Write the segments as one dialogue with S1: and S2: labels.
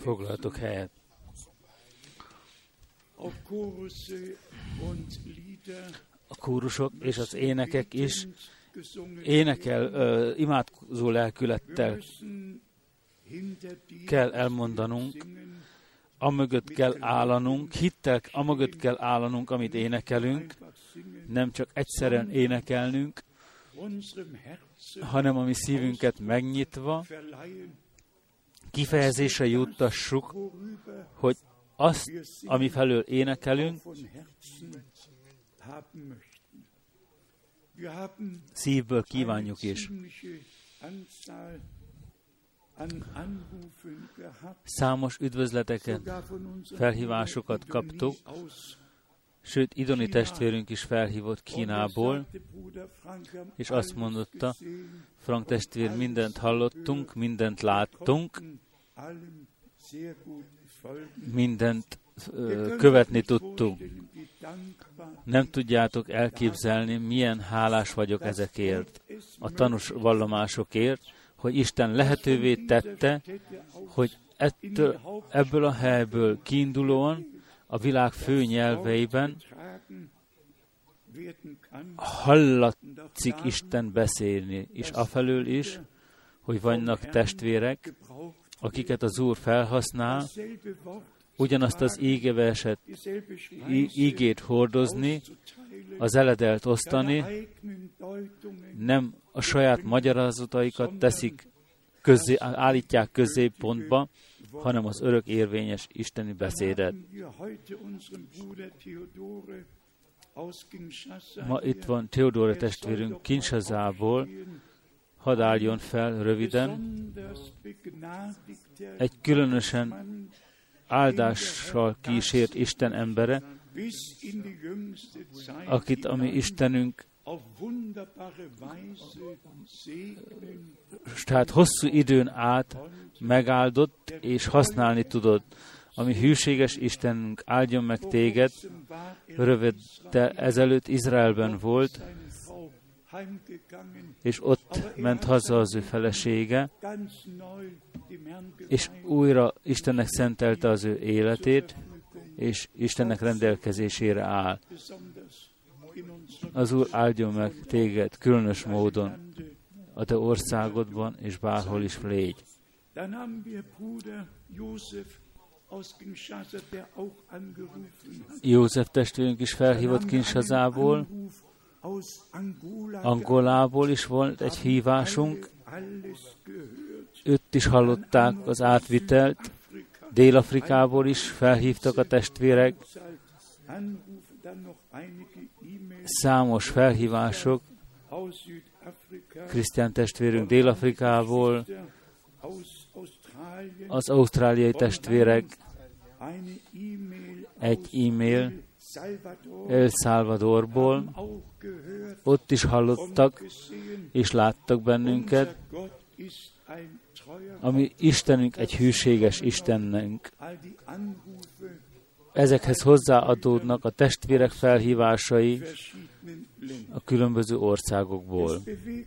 S1: Foglaltok helyet. A kórusok és az énekek is imádkozó lelkülettel kell elmondanunk, amögött kell állanunk, hittel amögött kell állanunk, amit énekelünk, nem csak egyszerűen énekelnünk, hanem a mi szívünket megnyitva, kifejezésre juttassuk, hogy azt, ami felől énekelünk, szívből kívánjuk is. Számos üdvözleteket, felhívásokat kaptuk, sőt, Idoni testvérünk is felhívott Kínából, és azt mondotta, Frank testvér, mindent hallottunk, mindent láttunk, mindent követni tudtunk. Nem tudjátok elképzelni, milyen hálás vagyok ezekért, a tanús vallomásokért, hogy Isten lehetővé tette, hogy ebből a helyből kiindulóan a világ fő nyelveiben hallatszik Isten beszélni, és afelől is, hogy vannak testvérek, akiket az Úr felhasznál, ugyanazt az ígeverset, ígét hordozni, az eledelt osztani, nem a saját magyarázataikat teszik állítják középpontba, hanem az örök érvényes isteni beszédet. Ma itt van Theodore testvérünk Kinshasából, hadd álljon fel röviden, egy különösen áldással kísért Isten embere, akit a mi Istenünk tehát hosszú időn át megáldott és használni tudott. Ami hűséges Istenünk, áldjon meg téged, röviddel ezelőtt Izraelben volt, és ott ment haza az ő felesége, és újra Istennek szentelte az ő életét, és Istennek rendelkezésére áll. Az Úr áldjon meg téged különös módon a te országodban, és bárhol is légy. József testvérünk is felhívott Kinshasából, Angolából is volt egy hívásunk, őt is hallották az átvitelt, Dél-Afrikából is felhívtak a testvérek, számos felhívások, Krisztián testvérünk Dél-Afrikából, az ausztráliai testvérek, egy e-mail El Salvadorból, ott is hallottak és láttak bennünket, ami Istenünk egy hűséges Istenünk. Ezekhez hozzáadódnak a testvérek felhívásai a különböző országokból.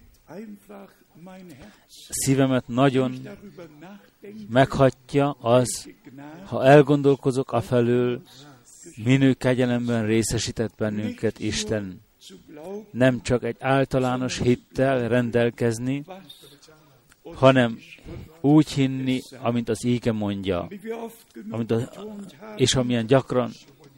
S1: Szívemet nagyon meghatja az, ha elgondolkozok afelől, minő kegyelemben részesített bennünket Isten. Nem csak egy általános hittel rendelkezni, hanem úgy hinni, amint az íge mondja, és amilyen gyakran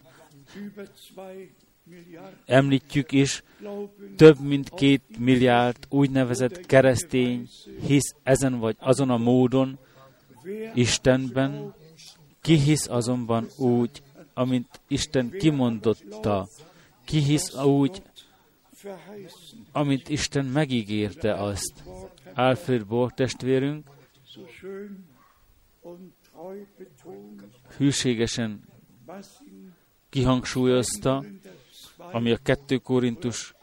S1: említjük is, több mint 2 milliárd úgynevezett keresztény hisz ezen vagy azon a módon Istenben, ki hisz azonban úgy, amint Isten kimondotta, ki hisz úgy, amint Isten megígérte azt. Alfred Borg testvérünk hűségesen kihangsúlyozta, ami a 2 Korintus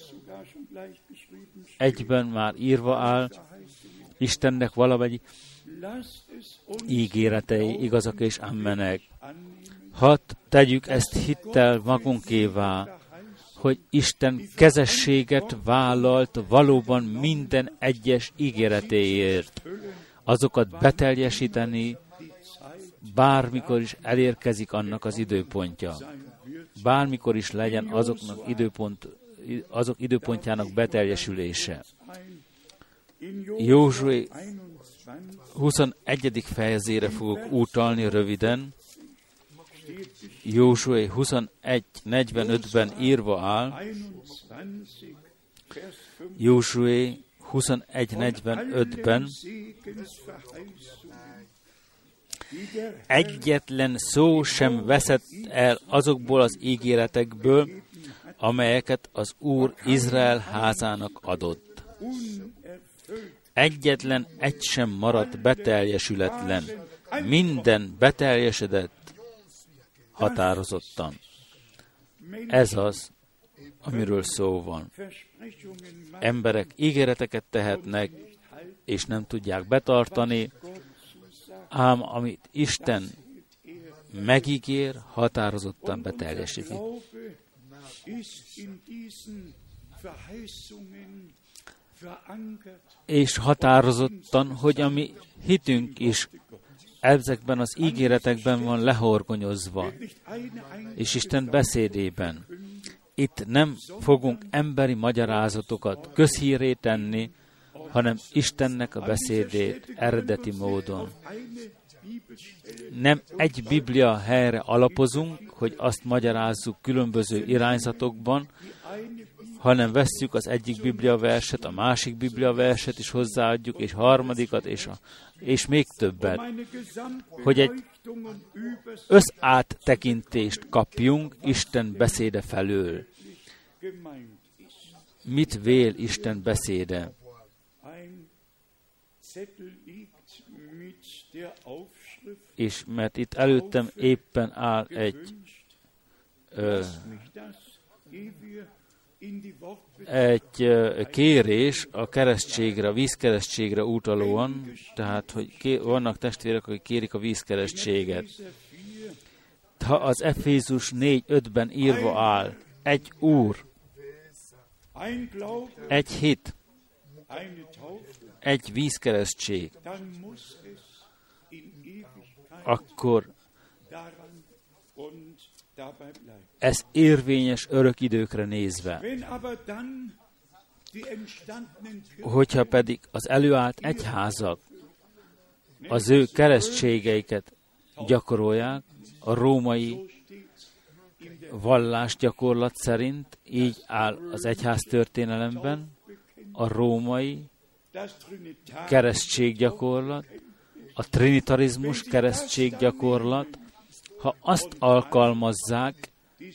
S1: 1-ben már írva áll, Istennek valamennyi ígéretei igazak és ammenek. Hadd tegyük ezt hittel magunkévá, hogy Isten kezességet vállalt valóban minden egyes ígéretéért, azokat beteljesíteni, bármikor is elérkezik annak az időpontja. Bármikor is legyen azok időpontjának beteljesülése. Józsué 21. fejezére fogok utalni röviden. Józsué 21.45-ben írva áll. Józsué 21.45-ben egyetlen szó sem veszett el azokból az ígéretekből, amelyeket az Úr Izrael házának adott. Egyetlen egy sem maradt beteljesületlen. Minden beteljesedett határozottan. Ez az, amiről szó van. Emberek ígéreteket tehetnek, és nem tudják betartani, ám amit Isten megígér, határozottan beteljesíti. És határozottan, hogy a mi hitünk is ezekben az ígéretekben van lehorgonyozva, és Isten beszédében. Itt nem fogunk emberi magyarázatokat közhírré tenni, hanem Istennek a beszédét eredeti módon. Nem egy Biblia helyre alapozunk, hogy azt magyarázzuk különböző irányzatokban, hanem vesszük az egyik Biblia verset, a másik Biblia verset is hozzáadjuk, és harmadikat, és még többet, hogy egy összáttekintést kapjunk Isten beszéde felől. Mit vél Isten beszéde? És mert itt előttem éppen áll egy kérés a keresztségre, a vízkeresztségre utalóan, tehát, hogy vannak testvérek, akik kérik a vízkeresztséget. Ha az Efézus 4.5-ben írva áll, egy Úr, egy hit, egy vízkeresztség, akkor ez érvényes örök időkre nézve. Hogyha pedig az előállt egyházak az ő keresztségeiket gyakorolják, a római vallásgyakorlat szerint, így áll az egyház történelemben, a római keresztséggyakorlat, a trinitarizmus keresztséggyakorlat, ha azt alkalmazzák,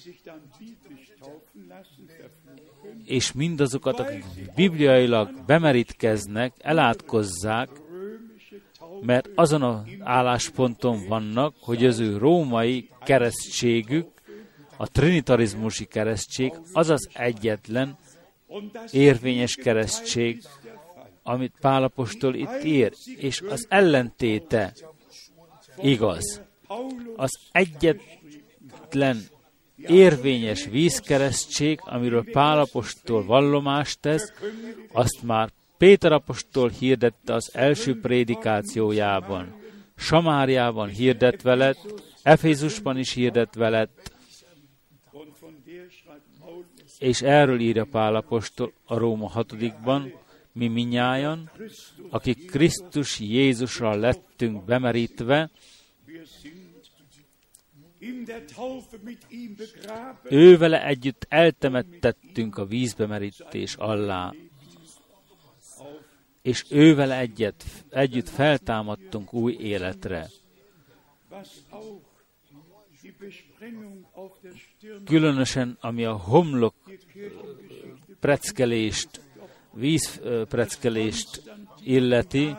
S1: és mindazokat, akik bibliailag bemerítkeznek, elátkozzák, mert azon az állásponton vannak, hogy az ő római keresztségük, a trinitarizmusi keresztség, az az egyetlen érvényes keresztség, amit Pál apostol itt ír, és az ellentéte igaz. Az egyetlen érvényes vízkeresztség, amiről Pál apostol vallomást tesz, azt már Péter apostol hirdette az első prédikációjában. Samáriában hirdetve lett, Efézusban is hirdetve lett, és erről írja Pál apostol a Róma 6-ban, mi minnyájan, akik Krisztus Jézusra lettünk bemerítve, ővele együtt eltemettettünk a vízbemerítés alá, és ővele együtt feltámadtunk új életre. Különösen, ami a homlok preckelést, vízpreckelést illeti,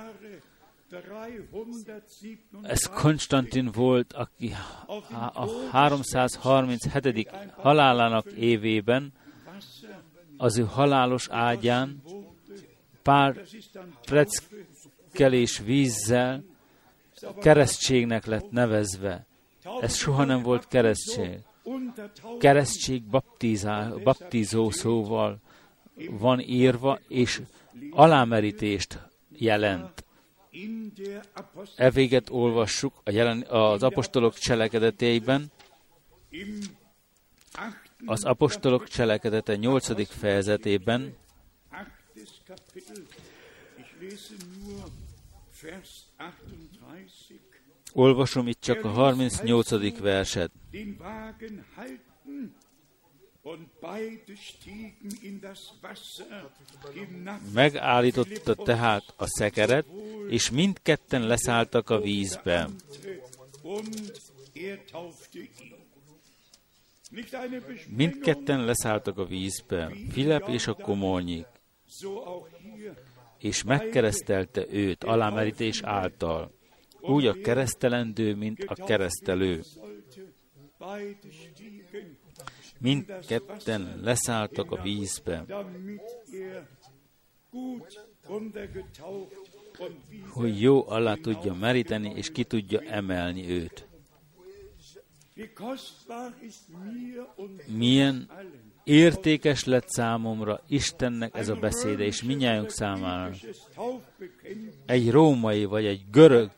S1: ez Konstantin volt, aki a 337. halálának évében az ő halálos ágyán pár preckelés vízzel keresztségnek lett nevezve. Ez soha nem volt keresztség. Keresztség baptizó szóval van írva, és alámerítést jelent. E véget olvassuk az apostolok cselekedeteiben, az apostolok cselekedete 8. fejezetében, olvasom itt csak a 38. verset. Megállította tehát a szekeret, és mindketten leszálltak a vízbe. Mindketten leszálltak a vízbe, Filip és a komornyik, és megkeresztelte őt alámerítés által, úgy a keresztelendő, mint a keresztelő. Mindketten leszálltak a vízbe, hogy jó alá tudja meríteni, és ki tudja emelni őt. Milyen értékes lett számomra Istennek ez a beszéde, és mindnyájunk számára. Egy római vagy egy görög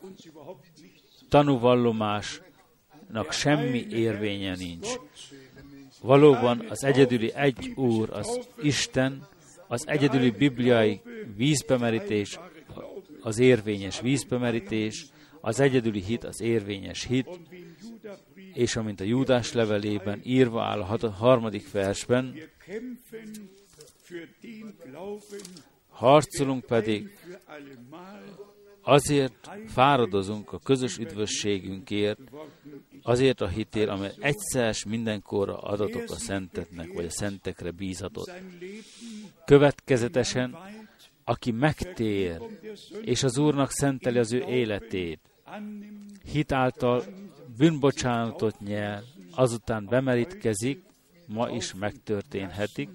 S1: tanúvallomásnak semmi érvénye nincs. Valóban az egyedüli egy Úr, az Isten, az egyedüli bibliai vízbemerítés, az érvényes vízbemerítés, az egyedüli hit, az érvényes hit, és amint a Júdás levelében írva áll a 3. versben, harcolunk pedig, azért fáradozunk a közös üdvösségünkért, azért a hitért, amely egyszer mindenkorra adatok a szenteknek, vagy a szentekre bízatott. Következetesen, aki megtér, és az Úrnak szenteli az ő életét, hit által bűnbocsánatot nyer, azután bemerítkezik, ma is megtörténhetik,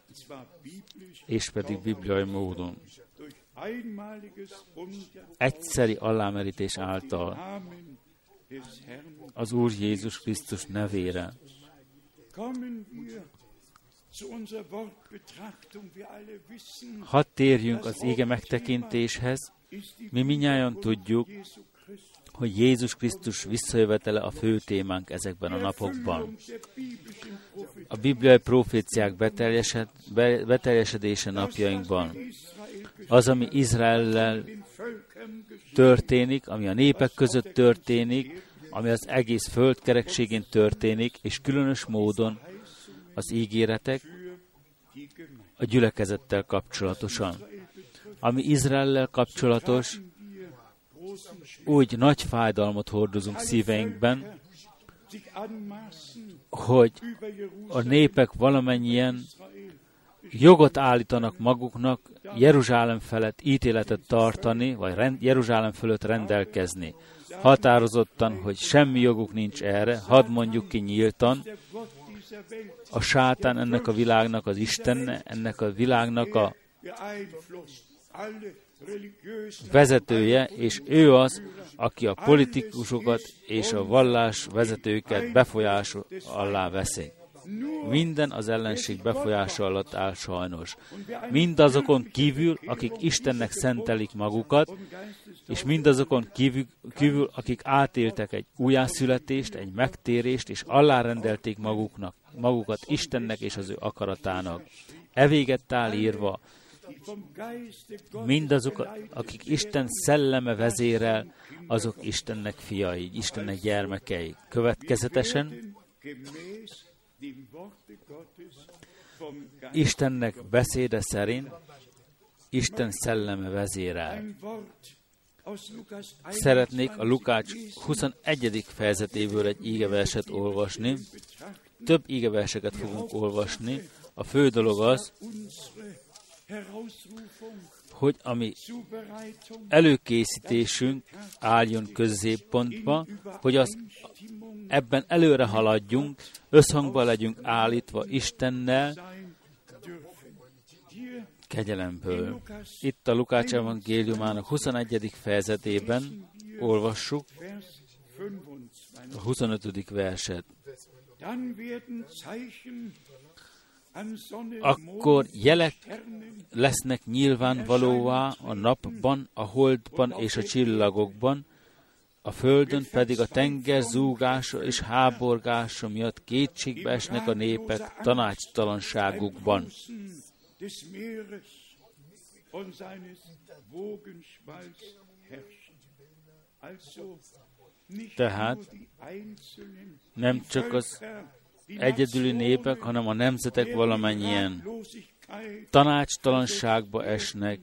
S1: és pedig bibliai módon. Egyszeri alámerítés által az Úr Jézus Krisztus nevére. Hadd térjünk az ige megtekintéshez. Mi mindnyájan tudjuk, hogy Jézus Krisztus visszajövetele a fő témánk ezekben a napokban. A bibliai proféciák beteljesedése napjainkban. Az, ami Izraellel történik, ami a népek között történik, ami az egész föld kerekségén történik, és különös módon az ígéretek a gyülekezettel kapcsolatosan. Ami Izraellel kapcsolatos, úgy nagy fájdalmat hordozunk szíveinkben, hogy a népek valamennyien jogot állítanak maguknak Jeruzsálem felett ítéletet tartani, vagy Jeruzsálem fölött rendelkezni. Határozottan, hogy semmi joguk nincs erre, hadd mondjuk ki nyíltan, a sátán ennek a világnak az istenne, ennek a világnak a vezetője, és ő az, aki a politikusokat és a vallás vezetőket befolyása alá veszi. Minden az ellenség befolyása alatt áll sajnos. Mindazokon kívül, akik Istennek szentelik magukat, és mindazokon kívül, akik átéltek egy újjászületést, egy megtérést, és alárendelték magukat Istennek és az ő akaratának. E véget áll írva, mindazok, akik Isten szelleme vezérel, azok Istennek fiai, Istennek gyermekei. Következetesen Istennek beszéde szerint Isten szelleme vezérel. Szeretnék a Lukács 21. fejezetéből egy ígeverset olvasni. Több ígeverseket fogunk olvasni. A fő dolog az, hogy a mi előkészítésünk álljon középpontba, hogy ebben előre haladjunk, összhangban legyünk állítva Istennel, kegyelemből. Itt a Lukács evangéliumának 21. fejezetében olvassuk a 25. verset. akkor jelek lesznek nyilvánvalóvá a napban, a holdban és a csillagokban, a földön pedig a tenger zúgása és háborgása miatt kétségbe esnek a népek tanácstalanságukban. Tehát nem csak az egyedüli népek, hanem a nemzetek valamennyien tanácstalanságba esnek,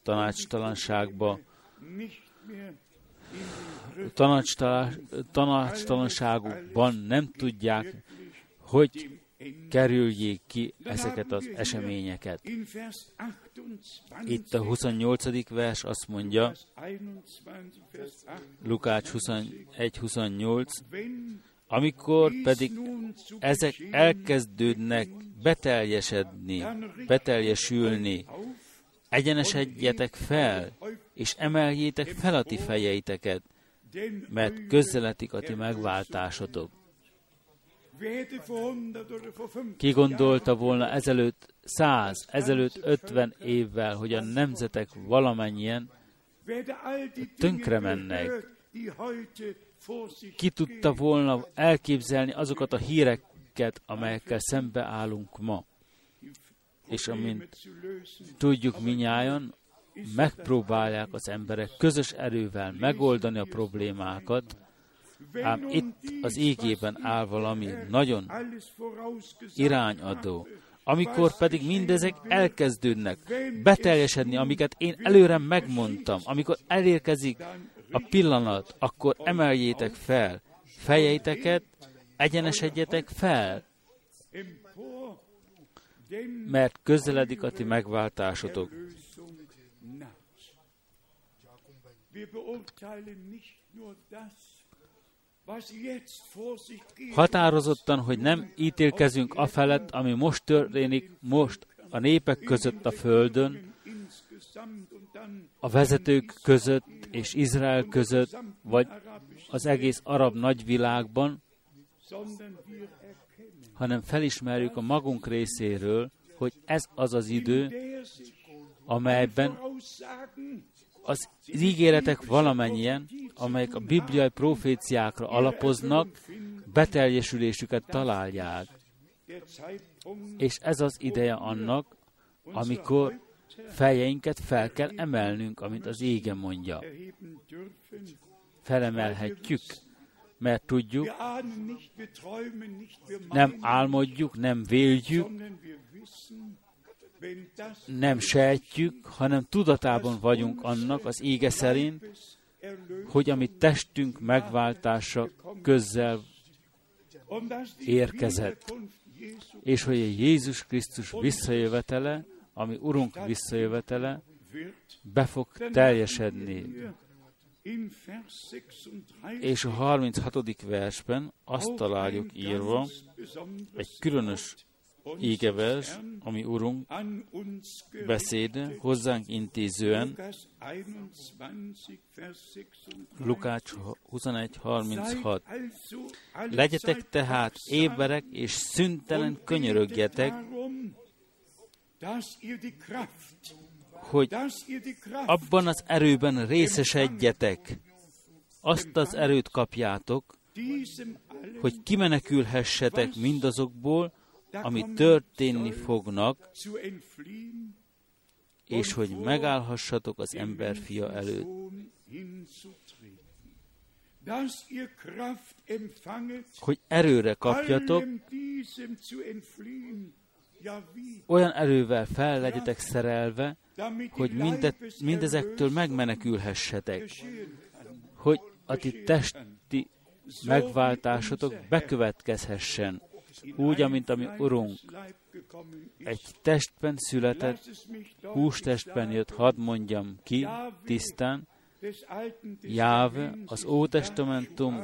S1: tanácstalanságukban nem tudják, hogy kerüljék ki ezeket az eseményeket. Itt a 28. vers azt mondja, Lukács 21-28, amikor pedig ezek elkezdődnek beteljesülni, egyenesedjetek fel, és emeljétek fel a ti fejeiteket, mert közeledik a ti megváltásotok. Ki gondolta volna ezelőtt 100, ezelőtt 50 évvel, hogy a nemzetek valamennyien tönkre mennek? Ki tudta volna elképzelni azokat a híreket, amelyekkel szembeállunk ma? És amint tudjuk minnyájan, megpróbálják az emberek közös erővel megoldani a problémákat, ám itt az égében áll valami nagyon irányadó. Amikor pedig mindezek elkezdődnek beteljesedni, amiket én előre megmondtam, amikor elérkezik a pillanat, akkor emeljétek fel fejeiteket, egyenesedjetek fel, mert közeledik a ti megváltásotok. Határozottan, hogy nem ítélkezünk afelett, ami most történik, most a népek között a földön, a vezetők között és Izrael között, vagy az egész arab nagyvilágban, hanem felismerjük a magunk részéről, hogy ez az az idő, amelyben az ígéretek valamennyien, amelyek a bibliai proféciákra alapoznak, beteljesülésüket találják. És ez az ideje annak, amikor fejeinket fel kell emelnünk, amint az ége mondja. Felemelhetjük, mert tudjuk, nem álmodjuk, nem véljük, nem sejtjük, hanem tudatában vagyunk annak az ége szerint, hogy a mi testünk megváltása közel érkezett, és hogy a Jézus Krisztus visszajövetele, ami Urunk visszajövetele, be fog teljesedni. És a 36. versben azt találjuk írva, egy különös égevers, ami Urunk beszéde hozzánk intézően, Lukács 21.36. Legyetek tehát éberek és szüntelen könyörögjetek, hogy abban az erőben részesedjetek, azt az erőt kapjátok, hogy kimenekülhessetek mindazokból, ami történni fognak, és hogy megállhassatok az emberfia előtt. Hogy erőre kapjatok, olyan erővel fel legyetek szerelve, hogy mindezektől megmenekülhessetek, hogy a ti testi megváltásotok bekövetkezhessen, úgy, amint a mi Urunk egy testben született, hústestben jött, hadd mondjam ki tisztán, Jáve, az Ótestamentum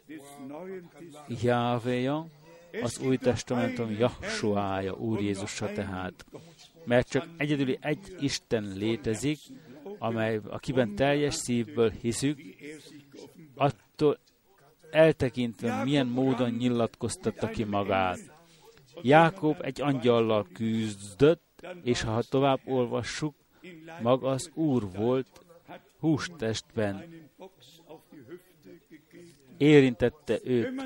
S1: Jávéja, az Új Testamentum Jahsuája, Úr Jézusa tehát. Mert csak egyedüli egy Isten létezik, akiben teljes szívből hiszük, attól eltekintve milyen módon nyilatkoztatta ki magát. Jákob egy angyallal küzdött, és ha tovább olvassuk, maga az Úr volt hústestben. Érintette őt.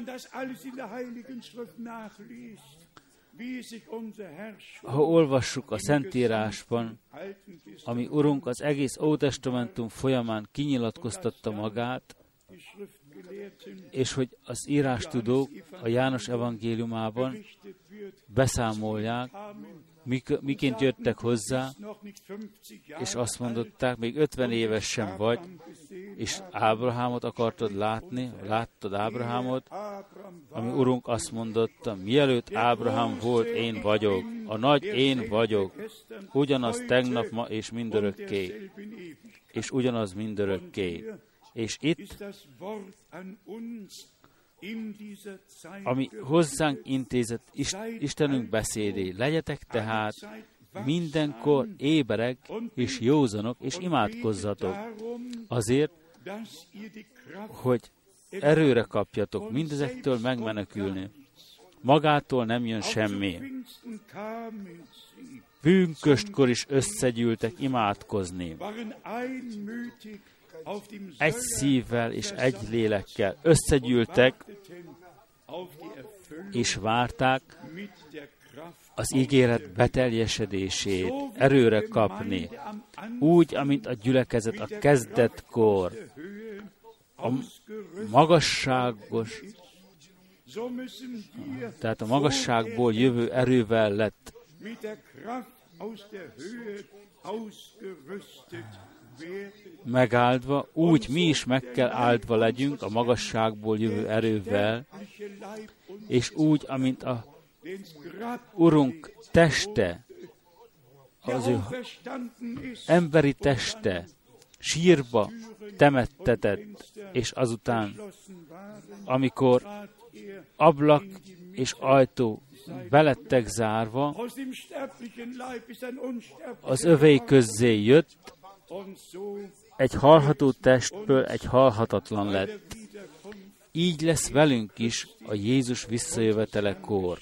S1: Ha olvassuk a Szentírásban, ami Urunk az egész Ótestamentum folyamán kinyilatkoztatta magát, és hogy az írástudók a János evangéliumában beszámolják, miként jöttek hozzá, és azt mondották, még 50 éves sem vagy, és Ábrahámot akartad látni, láttad Ábrahámot, ami Urunk azt mondotta, mielőtt Ábrahám volt, én vagyok, a nagy én vagyok, ugyanaz tegnap, ma és mindörökké, és ugyanaz mindörökké. És itt, ami hozzánk intézett Istenünk beszédé, legyetek tehát mindenkor éberek és józanok, és imádkozzatok azért, hogy erőre kapjatok, mindezektől megmenekülni. Magától nem jön semmi. Pünköstkor is összegyűltek imádkozni. Egy szívvel és egy lélekkel összegyűltek, és várták az ígéret beteljesedését, erőre kapni. Úgy, amint a gyülekezet a kezdetkor a magasságos, tehát a magasságból jövő erővel lett megáldva, úgy mi is meg kell áldva legyünk a magasságból jövő erővel, és úgy, amint a Urunk teste, az ő emberi teste sírba temettetett, és azután, amikor ablak és ajtó belettek zárva, az övéi közzé jött, egy halható testből egy halhatatlan lett. Így lesz velünk is a Jézus visszajövetelekor.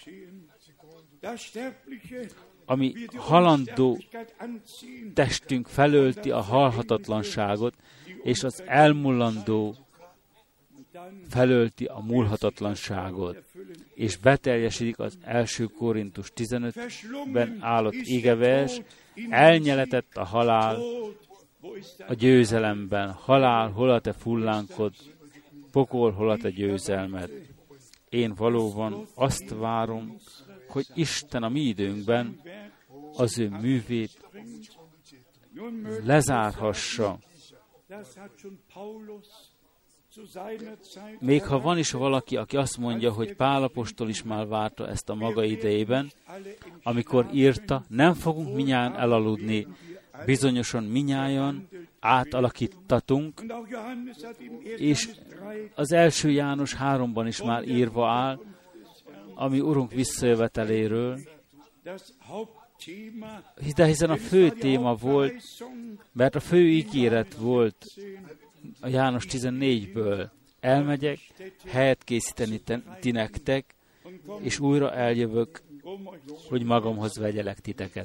S1: Ami halandó testünk felölti a halhatatlanságot, és az elmúlandó felölti a múlhatatlanságot, és beteljesedik az 1 Korintus 15-ben állott igevers, elnyeletett a halál a győzelemben. Halál, hol a te fullánkod, pokol, hol a te győzelmed. Én valóban azt várom, hogy Isten a mi időnkben az ő művét lezárhassa. Még ha van is valaki, aki azt mondja, hogy Pál apostol is már várta ezt a maga idejében, amikor írta, nem fogunk minnyájan elaludni, bizonyosan minnyájan átalakítatunk, és az 1. János 3-ban is már írva áll, ami Urunk visszajöveteléről, de hiszen a fő téma volt, mert a fő ígéret volt a János 14-ből, elmegyek, helyet készíteni ti nektek, és újra eljövök, hogy magamhoz vegyelek titeket.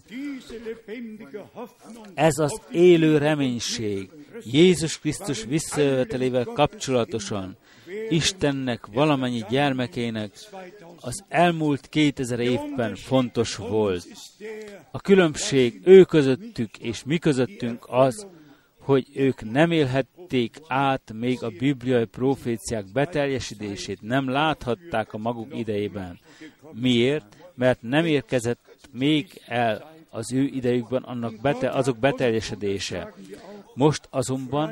S1: Ez az élő reménység Jézus Krisztus visszajövetelével kapcsolatosan Istennek, valamennyi gyermekének az elmúlt 2000 évben fontos volt. A különbség ő közöttük és mi közöttünk az, hogy ők nem élhették át még a bibliai proféciák beteljesedését, nem láthatták a maguk idejében. Miért? Mert nem érkezett még el az ő idejükben azok beteljesedése. Most azonban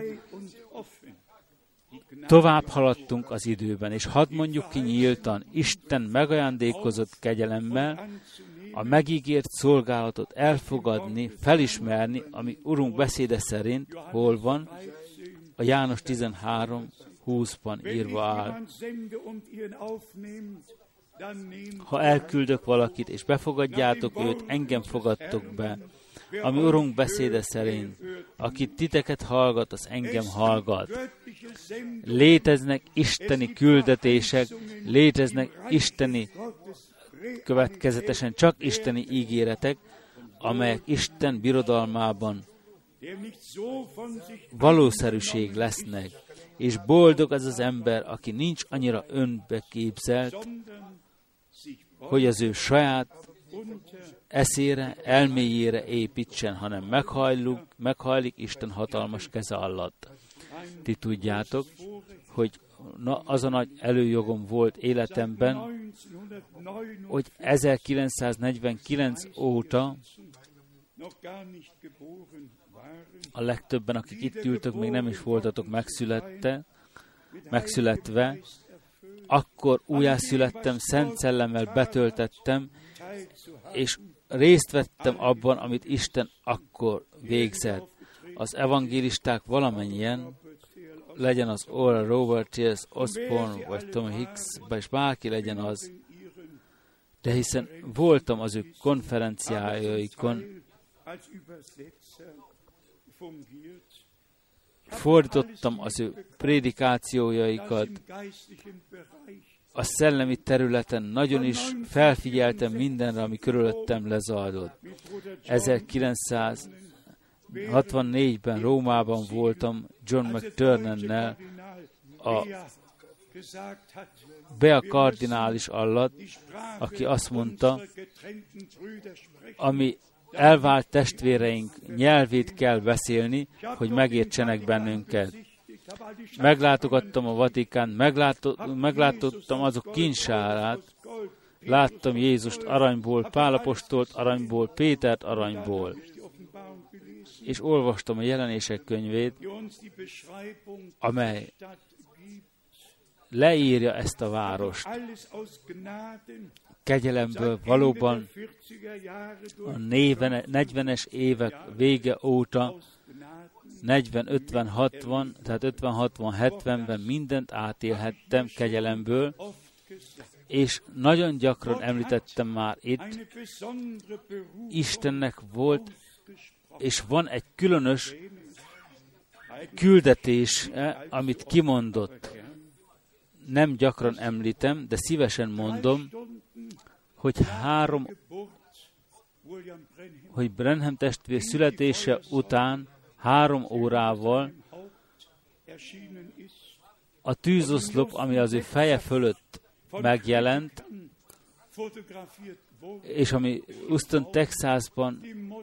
S1: tovább haladtunk az időben, és hadd mondjuk ki nyíltan, Isten megajándékozott kegyelemmel a megígért szolgálatot elfogadni, felismerni, ami Urunk beszéde szerint hol van, a János 13:20-ban írva áll. Ha elküldök valakit, és befogadjátok őt, engem fogadtok be, ami Urunk beszéde szerint, aki titeket hallgat, az engem hallgat. Léteznek isteni küldetések, léteznek isteni következetesen csak isteni ígéretek, amelyek Isten birodalmában valószerűség lesznek, és boldog az az ember, aki nincs annyira önbeképzelt, hogy az ő saját eszére, elméjére építsen, hanem meghajlik Isten hatalmas keze alatt. Ti tudjátok, hogy az a nagy előjogom volt életemben, hogy 1949 óta a legtöbben, akik itt ültök, még nem is voltatok megszületve, akkor újjászülettem, Szent Szellemmel betöltettem, és részt vettem abban, amit Isten akkor végzett. Az evangélisták valamennyien, legyen az Oral Roberts, Osborne, vagy Tom Hicks, vagy bárki legyen az, de hiszen voltam az ő konferenciájaikon, fordítottam az ő prédikációjaikat, a szellemi területen nagyon is felfigyeltem mindenre, ami körülöttem lezajlott. 1964-ben Rómában voltam John McTurnannel, a Bea kardinális alatt, aki azt mondta, ami elvált testvéreink nyelvét kell beszélni, hogy megértsenek bennünket. Meglátogattam a Vatikánt, meglátottam azok kincstárát, láttam Jézust aranyból, Pál apostolt aranyból, Pétert aranyból, és olvastam a Jelenések könyvét, amely leírja ezt a várost. Kegyelemből valóban a 40-es évek vége óta 40, 50, 60, tehát 50, 60, 70-ben mindent átélhettem kegyelemből, és nagyon gyakran említettem már itt, Istennek volt, és van egy különös küldetés, amit kimondott. Nem gyakran említem, de szívesen mondom, hogy Branham testvér születése után 3 órával a tűzoszlop, ami az ő feje fölött megjelent, és ami Houston, Texasban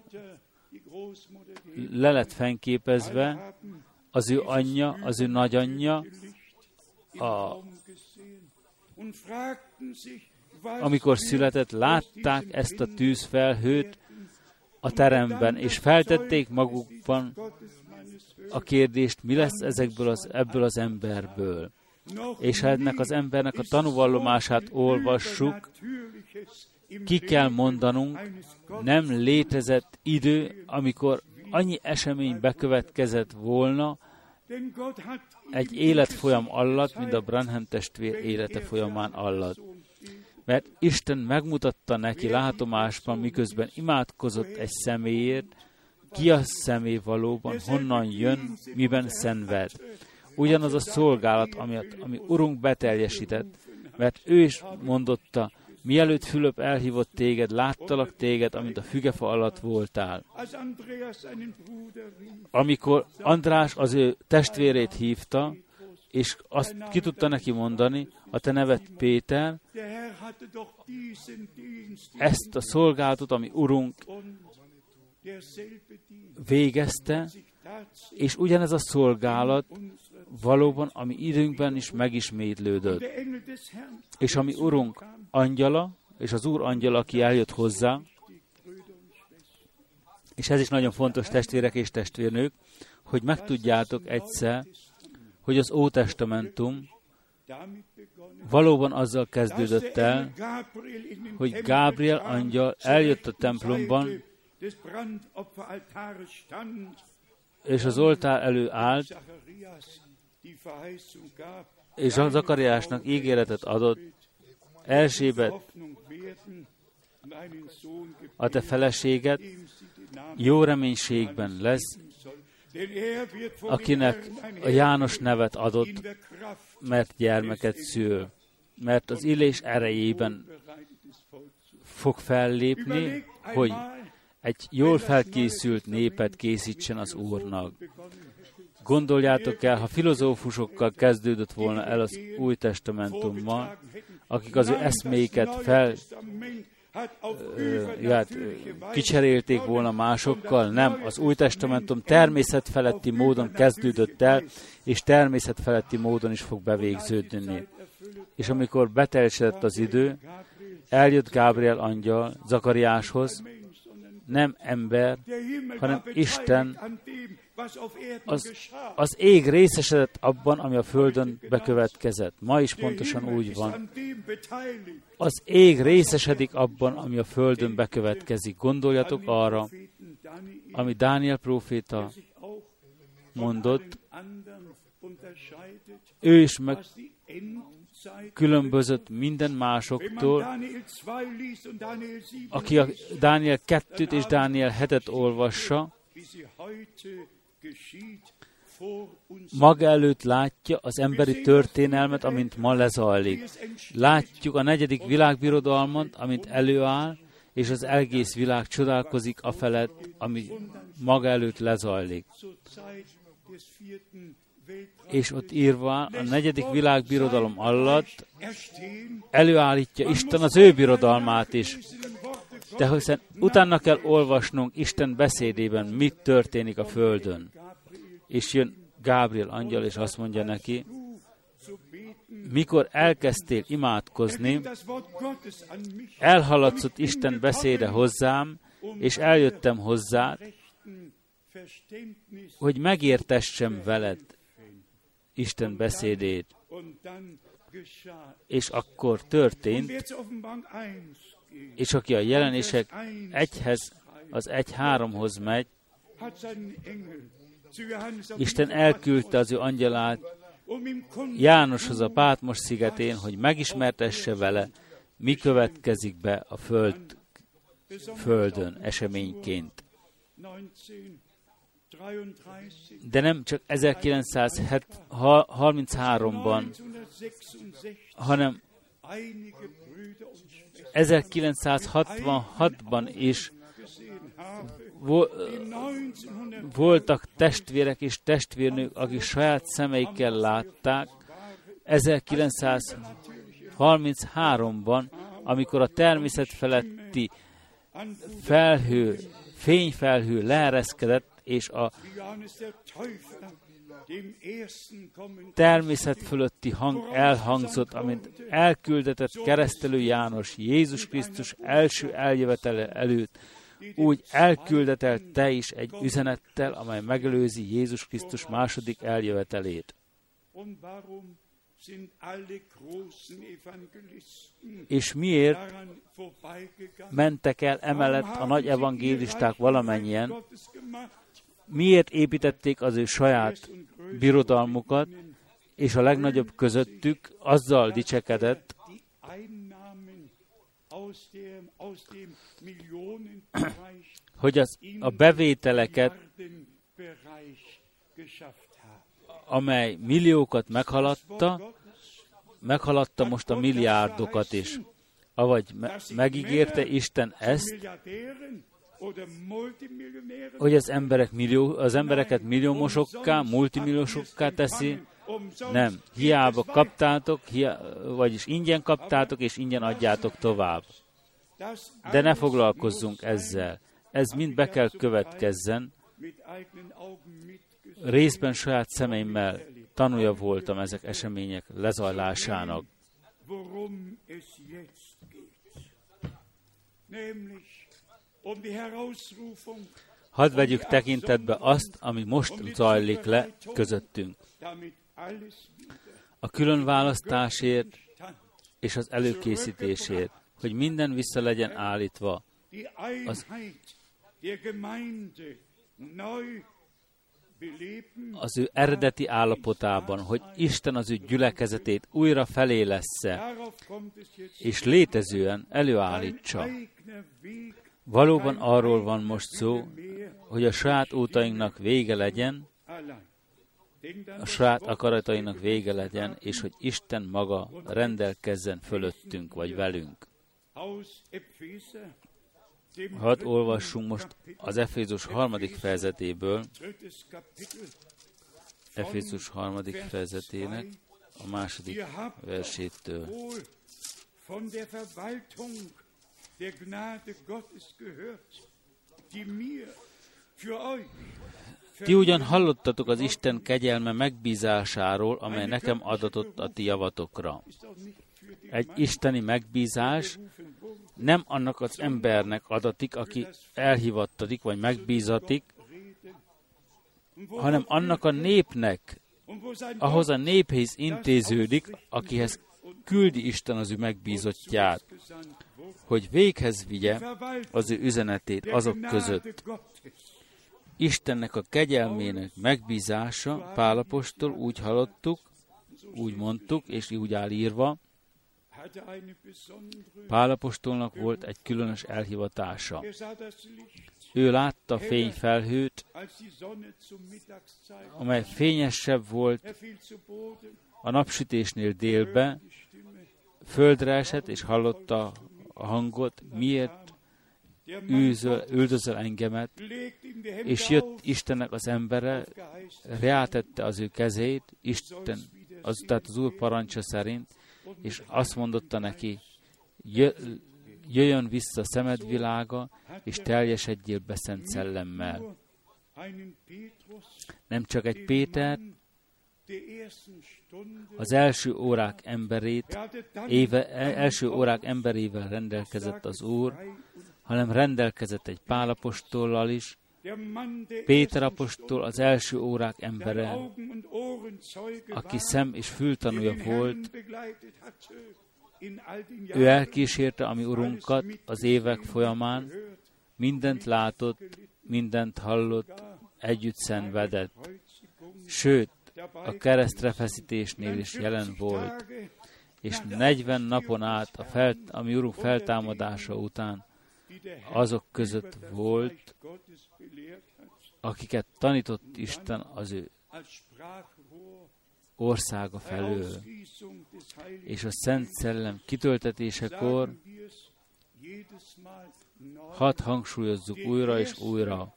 S1: le lett fényképezve, az ő anyja, az ő nagyanyja, amikor született, látták ezt a tűzfelhőt a teremben, és feltették magukban a kérdést, mi lesz ebből az emberből. És ha ennek az embernek a tanúvallomását olvassuk, ki kell mondanunk, nem létezett idő, amikor annyi esemény bekövetkezett volna egy életfolyam alatt, mint a Branham testvér élete folyamán alatt. Mert Isten megmutatta neki látomásban, miközben imádkozott egy személyért, ki a személy valóban, honnan jön, miben szenved. Ugyanaz a szolgálat, ami Urunk beteljesített, mert ő is mondotta, mielőtt Fülöp elhívott téged, láttalak téged, amint a fügefa alatt voltál. Amikor András az ő testvérét hívta, és azt ki tudta neki mondani, a te neved Péter, ezt a szolgálatot, ami Urunk végezte, és ugyanez a szolgálat valóban, ami időnkben is megismétlődött. És ami Urunk angyala, és az Úr angyala, aki eljött hozzá, és ez is nagyon fontos, testvérek és testvérnők, hogy megtudjátok egyszer, hogy az Ótestamentum valóban azzal kezdődött el, hogy Gábriel angyal eljött a templomban, és az oltár elő állt, és Zakariásnak ígéretet adott, Erzsébet, a te feleséged jó reménységben lesz, akinek a János nevet adott, mert gyermeket szül, mert az illés erejében fog fellépni, hogy egy jól felkészült népet készítsen az Úrnak. Gondoljátok el, ha filozófusokkal kezdődött volna el az Új Testamentummal, akik az ő eszméiket kicserélték volna másokkal, nem, az Új Testamentum természetfeletti módon kezdődött el, és természetfeletti módon is fog bevégződni. És amikor beteljesedett az idő, eljött Gábriel angyal Zakariáshoz, nem ember, hanem Isten, az ég részesedett abban, ami a földön bekövetkezett. Ma is pontosan úgy van. Az ég részesedik abban, ami a földön bekövetkezik. Gondoljatok arra, ami Dániel próféta mondott, ő is meg különbözött minden másoktól, aki a Dániel 2-t és Dániel 7-et olvassa, maga előtt látja az emberi történelmet, amint ma lezajlik. Látjuk a 4. világbirodalmat, amint előáll, és az egész világ csodálkozik afelett, ami maga előtt lezajlik. És ott írva a 4. világbirodalom alatt előállítja Isten az ő birodalmát is. De hiszen utána kell olvasnunk Isten beszédében, mit történik a földön. És jön Gábriel angyal, és azt mondja neki, mikor elkezdtél imádkozni, elhallatszott Isten beszéde hozzám, és eljöttem hozzád, hogy megértessem veled Isten beszédét. És akkor történt, és aki a jelenések 1-hez, az 1:3-hoz megy, Isten elküldte az ő angyalát Jánoshoz a Pátmos szigetén, hogy megismertesse vele, mi következik be a földön eseményként. De nem csak 1933-ban, hanem 1966-ban is voltak testvérek és testvérnők, akik saját szemeikkel látták 1933-ban, amikor a természet feletti fényfelhő leereszkedett, és a természet fölötti hang elhangzott, amint elküldetett keresztelő János Jézus Krisztus első eljövetele előtt, úgy elküldetel te is egy üzenettel, amely megelőzi Jézus Krisztus második eljövetelét. És miért mentek el emellett a nagy evangélisták valamennyien? Miért építették az ő saját birodalmukat, és a legnagyobb közöttük azzal dicsekedett, hogy a bevételeket, amely milliókat meghaladta most a milliárdokat is. Avagy megígérte Isten ezt, hogy az embereket milliómosokká, multimilliósokká teszi. Nem, hiába kaptátok, vagyis ingyen kaptátok, és ingyen adjátok tovább. De ne foglalkozzunk ezzel. Ez mind be kell következzen. Részben saját szemeimmel tanúja voltam ezek események lezajlásának. Hadd vegyük tekintetbe azt, ami most zajlik le közöttünk. A különválasztásért és az előkészítésért, hogy minden vissza legyen állítva. Az ő eredeti állapotában, hogy Isten az ő gyülekezetét újra felélessze, és létezően előállítsa. Valóban arról van most szó, hogy a saját útainknak vége legyen, a saját akaratainak vége legyen, és hogy Isten maga rendelkezzen fölöttünk, vagy velünk. Hadd olvassunk most az Efézus 3. fejezetéből, Efézus 3. fejezetének a 2. versétől. Ti ugyan hallottatok az Isten kegyelme megbízásáról, amely nekem adatott a ti javatokra. Egy isteni megbízás nem annak az embernek adatik, aki elhivattatik, vagy megbízatik, hanem annak a népnek, ahhoz a néphez intéződik, akihez küldi Isten az ő megbízottját, hogy véghez vigye az ő üzenetét azok között. Istennek a kegyelmének megbízása, Pál apostol, úgy hallottuk, úgy mondtuk, és úgy áll írva, Pál apostolnak volt egy különös elhivatása. Ő látta a fényfelhőt, amely fényesebb volt a napsütésnél délbe, földre esett, és hallotta a hangot, miért üldözöl engemet, és jött Istennek az embere, rátette az ő kezét, Isten, tehát az Úr parancsa szerint, és azt mondotta neki, jöjjön vissza szemed világa, és teljesedjél be Szent Szellemmel. Nem csak egy Péter, az első órák emberével rendelkezett az Úr, hanem rendelkezett egy Pál apostollal is. Péter apostol az első órák embere, aki szem- és fültanúja volt. Ő elkísérte a mi Urunkat az évek folyamán, mindent látott, mindent hallott, együtt szenvedett. Sőt, a keresztre feszítésnél is jelen volt, és 40 napon át a mi Urunk feltámadása után azok között volt, akiket tanított Isten az ő országa felől. És a Szent Szellem kitöltetésekor hadd hangsúlyozzuk újra és újra,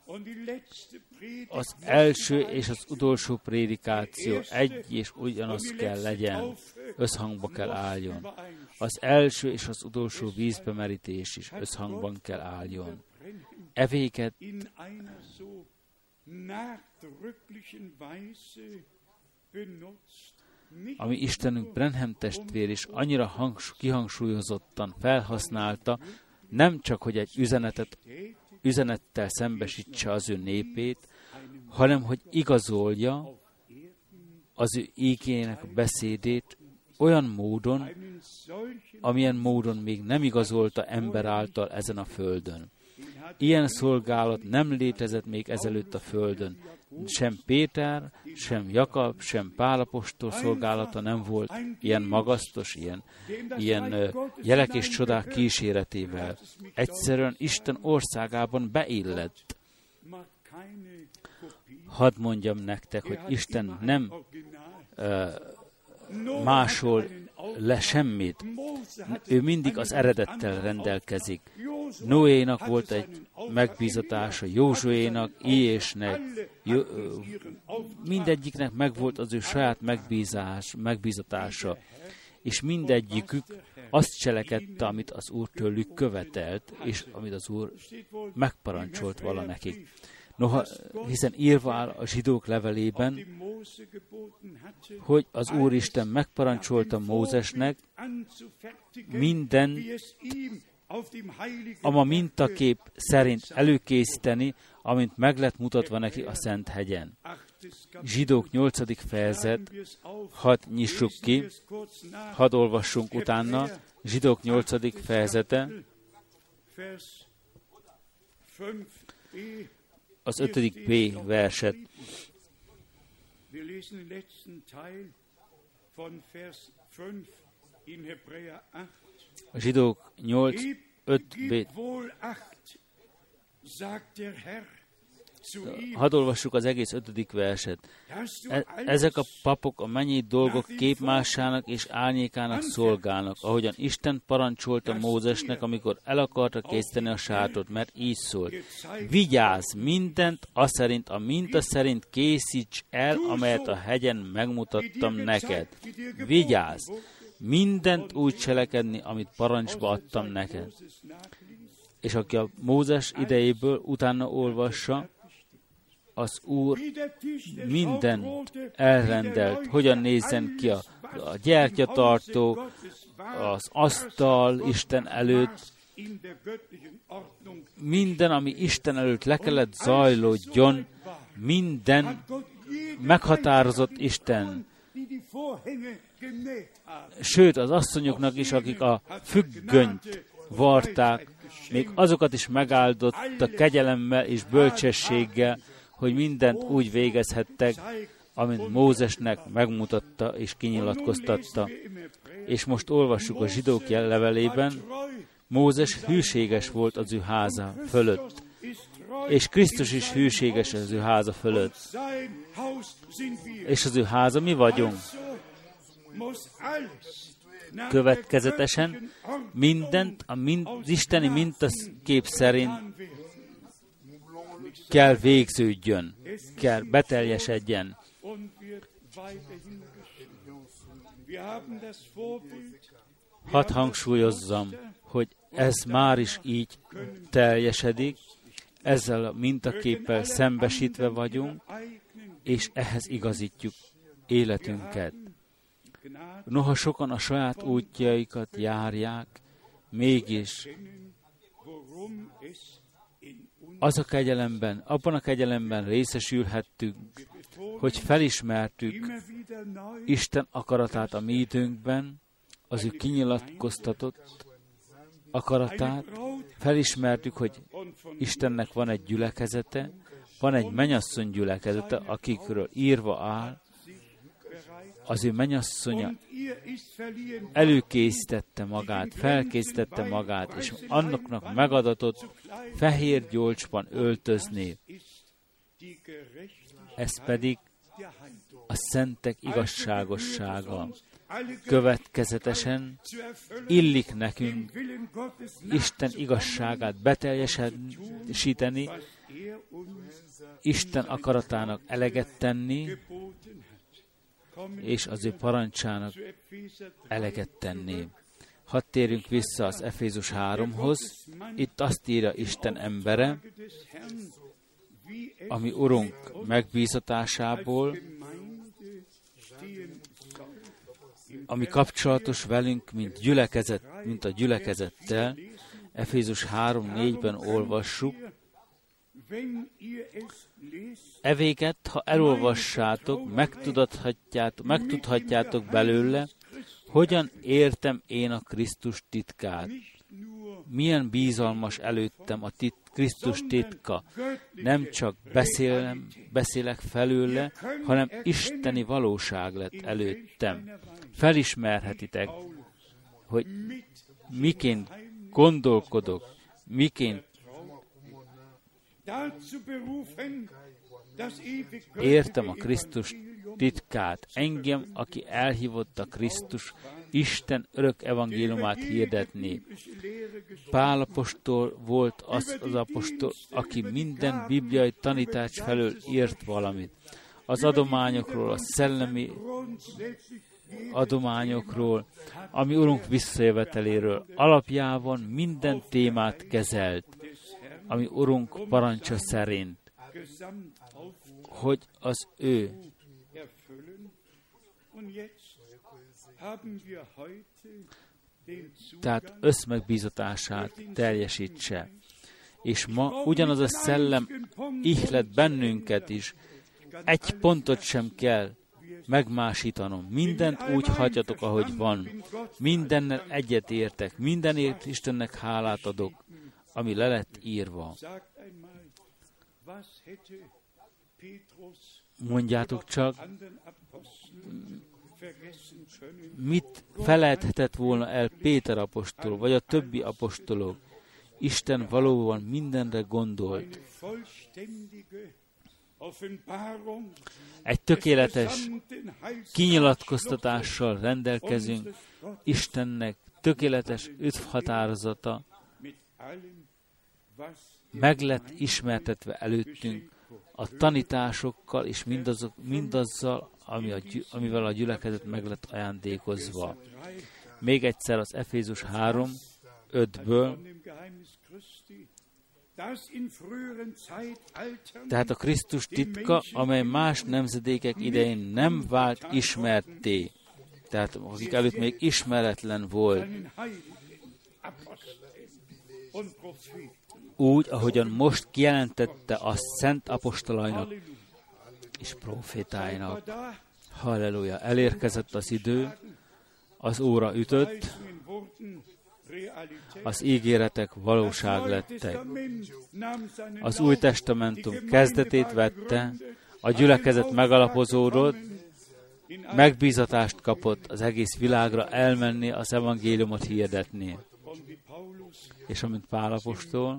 S1: az első és az utolsó prédikáció egy és ugyanaz kell legyen, összhangba kell álljon. Az első és az utolsó vízbemerítés is összhangban kell álljon. Evéket ami Istenünk Branham testvér is annyira kihangsúlyozottan felhasználta, nem csak, hogy egy üzenettel szembesítse az ő népét, hanem, hogy igazolja az ő ígének a beszédét olyan módon, amilyen módon még nem igazolta ember által ezen a földön. Ilyen szolgálat nem létezett még ezelőtt a földön. Sem Péter, sem Jakab, sem Pál apostol szolgálata nem volt ilyen magasztos, ilyen jelek és csodák kíséretével. Egyszerűen Isten országában beillett. Hadd mondjam nektek, hogy Isten nem másol le semmit. Ő mindig az eredettel rendelkezik. Noénak volt egy megbízatása, Józsuénak, Iésnek, mindegyiknek megvolt az ő saját megbízatása, és mindegyikük azt cselekedte, amit az Úr tőlük követelt, és amit az Úr megparancsolt vala nekik. Noha, hiszen írva áll a zsidók levelében, hogy az Úristen megparancsolta Mózesnek minden a mintakép szerint előkészíteni, amint meg lett mutatva neki a Szent hegyen. Zsidók 8. fejezet, hadd nyissuk ki, hadd olvassunk utána, Zsidók 8. fejezete, az 5. B verset. A Zsidók 8, 5b. hadd olvassuk az egész 5. verset. Ezek a papok a mennyei dolgok képmásának és árnyékának szolgálnak, ahogyan Isten parancsolta Mózesnek, amikor el akarta készíteni a sátort, mert így szólt. Vigyázz, mindent aszerint, a minta szerint készíts el, amelyet a hegyen megmutattam neked. Vigyázz, mindent úgy cselekedni, amit parancsba adtam neked. És aki a Mózes idejéből utána olvassa, az Úr mindent elrendelt, hogyan nézzen ki a gyertyatartó, az asztal Isten előtt, minden, ami Isten előtt le kellett zajlódjon, minden meghatározott Isten. Sőt, az asszonyoknak is, akik a függönyt varták, még azokat is megáldotta kegyelemmel és bölcsességgel, hogy mindent úgy végezhettek, amint Mózesnek megmutatta és kinyilatkoztatta. És most olvassuk a zsidók levelében, Mózes hűséges volt az ő háza fölött, és Krisztus is hűséges az ő háza fölött. És az ő háza mi vagyunk. Következetesen mindent az isteni mintakép szerint kell végződjön, kell beteljesedjen. Hadd hangsúlyozzam, hogy ez már is így teljesedik, ezzel a mintaképpel szembesítve vagyunk, és ehhez igazítjuk életünket. Noha sokan a saját útjaikat járják, mégis abban a kegyelemben részesülhettünk, hogy felismertük Isten akaratát a mi időnkben, az ő kinyilatkoztatott akaratát, felismertük, hogy Istennek van egy gyülekezete, van egy mennyasszony gyülekezete, akikről írva áll, az ő mennyasszonya előkészítette magát, felkészítette magát, és annaknak megadatott fehér gyolcsban öltözni. Ez pedig a szentek igazságossága. Következetesen illik nekünk Isten igazságát beteljesíteni, Isten akaratának eleget tenni, és az ő parancsának eleget tenni. Hadd térjünk vissza az Efézus 3-hoz. Itt azt írja Isten embere, ami Urunk megbízatásából, ami kapcsolatos velünk, mint a gyülekezettel. Efézus 3:4-ben olvassuk. Evéget, ha elolvassátok, megtudhatjátok belőle, hogyan értem én a Krisztus titkát. Milyen bízalmas előttem a Krisztus titka. Nem csak beszélek felőle, hanem isteni valóság lett előttem. Felismerhetitek, hogy miként gondolkodok, miként értem a Krisztus titkát. Engem, aki elhívott a Krisztus, Isten örök evangéliumát hirdetni. Pál apostol volt az apostol, aki minden bibliai tanítás felől írt valamit. Az adományokról, a szellemi adományokról, ami Urunk visszajöveteléről alapjában minden témát kezelt, ami Urunk parancsa szerint, hogy az ő tehát összmegbízatását teljesítse. És ma ugyanaz a szellem ihlet bennünket is. Egy pontot sem kell megmásítanom. Mindent úgy hagyjatok, ahogy van. Mindennel egyet értek. Mindenért Istennek hálát adok, ami le lett írva. Mondjátok csak, mit felejthetett volna el Péter apostol, vagy a többi apostolok. Isten valóban mindenre gondolt. Egy tökéletes kinyilatkoztatással rendelkezünk, Istennek tökéletes üdvhatározata meg lett ismertetve előttünk a tanításokkal és mindazzal, amivel a gyülekezet meg lett ajándékozva. Még egyszer az Efézus 3:5-ből. Tehát a Krisztus titka, amely más nemzedékek idején nem vált ismertté, tehát akik előtt még ismeretlen volt, úgy, ahogyan most kijelentette a szent apostolainak és profétáinak. Halleluja! Elérkezett az idő, az óra ütött, az ígéretek valóság lettek. Az Új Testamentum kezdetét vette, a gyülekezet megalapozódott, megbízatást kapott az egész világra elmenni, az evangéliumot hirdetni. És amint Pál apostol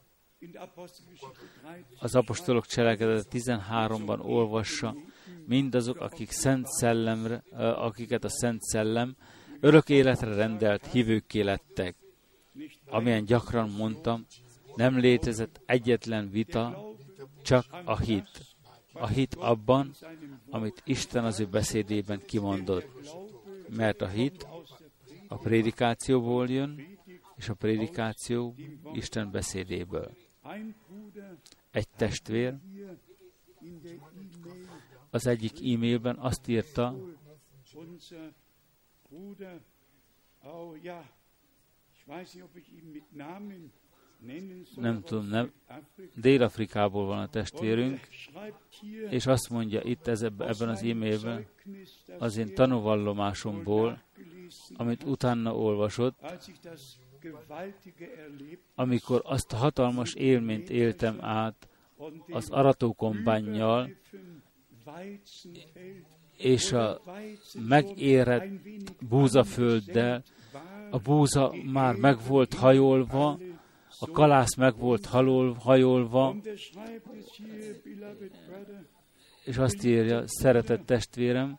S1: az apostolok cselekedet 13-ban olvassa, mindazok, akiket a Szent Szellem örök életre rendelt hívőkké lettek. Amilyen gyakran mondtam, nem létezett egyetlen vita, csak a hit. A hit abban, amit Isten az ő beszédében kimondott. Mert a hit a prédikációból jön, és a prédikáció Isten beszédéből. Egy testvér az egyik e-mailben azt írta, nem tudom, Dél-Afrikából van a testvérünk, és azt mondja itt ebben az e-mailben, az én tanúvallomásomból, amit utána olvasott, amikor azt a hatalmas élményt éltem át az aratókombánnyal, és a megérett búzafölddel, a búza már meg volt hajolva, a kalász meg volt hajolva, és azt írja, szeretett testvérem,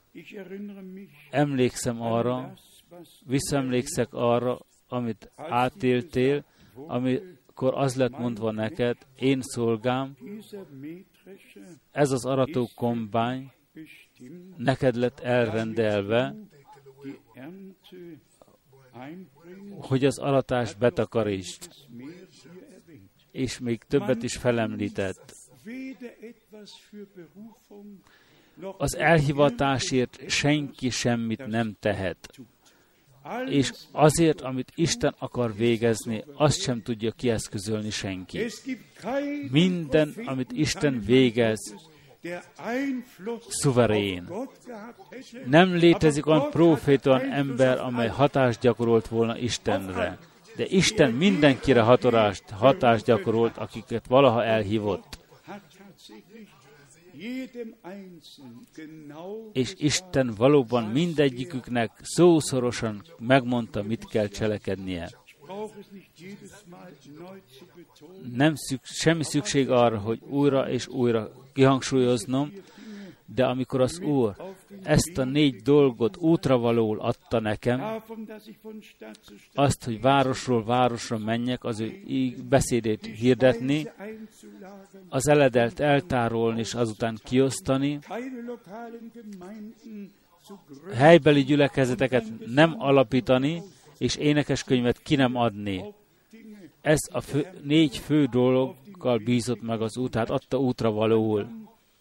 S1: visszaemlékszek arra, amit átéltél, amikor az lett mondva neked, én szolgám, ez az aratókombány neked lett elrendelve, hogy az aratást betakarítsd, és még többet is felemlített. Az elhivatásért senki semmit nem tehet. És azért, amit Isten akar végezni, azt sem tudja kieszközölni senki. Minden, amit Isten végez, szuverén. Nem létezik olyan proféta, olyan ember, amely hatást gyakorolt volna Istenre. De Isten mindenkire hatást gyakorolt, akiket valaha elhívott. És Isten valóban mindegyiküknek szószorosan megmondta, mit kell cselekednie. Semmi szükség arra, hogy újra és újra kihangsúlyoznom, de amikor az Úr ezt a 4 dolgot útravalóul adta nekem, azt, hogy városról városra menjek, az ő beszédét hirdetni, az eledelt eltárolni és azután kiosztani, helybeli gyülekezeteket nem alapítani, és énekeskönyvet ki nem adni. Ez a 4 fő dologgal bízott meg az út, tehát adta útravalóul.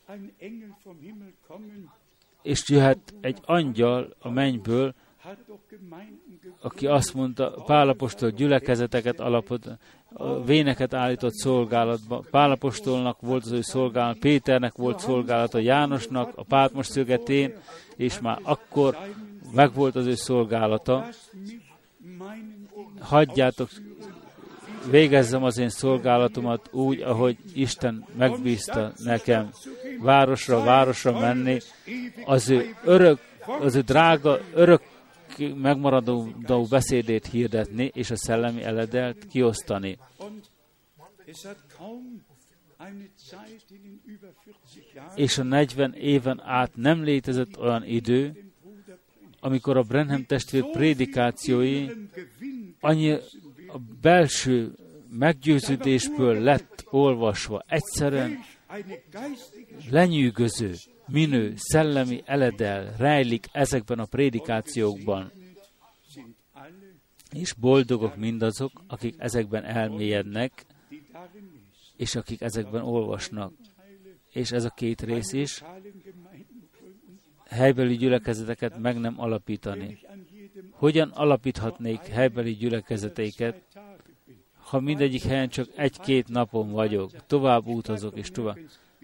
S1: És jöhet egy angyal a mennyből, aki azt mondta, Pál apostol gyülekezeteket alapot, véneket állított szolgálatba. Pál apostolnak volt az ő szolgálat, Péternek volt szolgálata, Jánosnak, a Pátmos szigetén, és már akkor megvolt az ő szolgálata. Hagyjátok, végezzem az én szolgálatomat úgy, ahogy Isten megbízta nekem. Városra menni, az ő drága, örök megmaradó beszédét hirdetni, és a szellemi eledelt kiosztani. És a 40 éven át nem létezett olyan idő, amikor a Branham testvér prédikációi annyi a belső meggyőződésből lett olvasva, egyszerűen lenyűgöző, minő, szellemi eledel rejlik ezekben a prédikációkban. És boldogok mindazok, akik ezekben elmélyednek, és akik ezekben olvasnak. És ez a két rész is, helybeli gyülekezeteket meg nem alapítani. Hogyan alapíthatnék helybeli gyülekezeteiket, ha mindegyik helyen csak 1-2 napon vagyok, tovább utazok és tovább.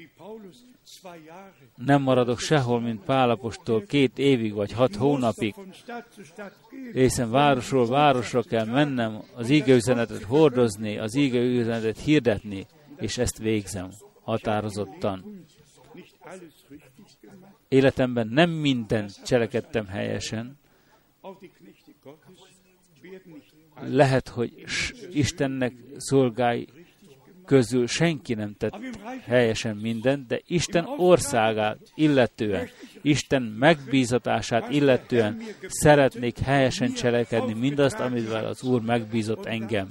S1: Nem maradok sehol, mint Pál apostol 2 évig vagy 6 hónapig. Hiszen városról városra kell mennem, az ígeüzenetet hordozni, az ígeüzenetet hirdetni, és ezt végzem határozottan. Életemben nem mindent cselekedtem helyesen. Lehet, hogy Istennek szolgái közül senki nem tett helyesen mindent, de Isten országát illetően, Isten megbízatását illetően szeretnék helyesen cselekedni mindazt, amivel az Úr megbízott engem.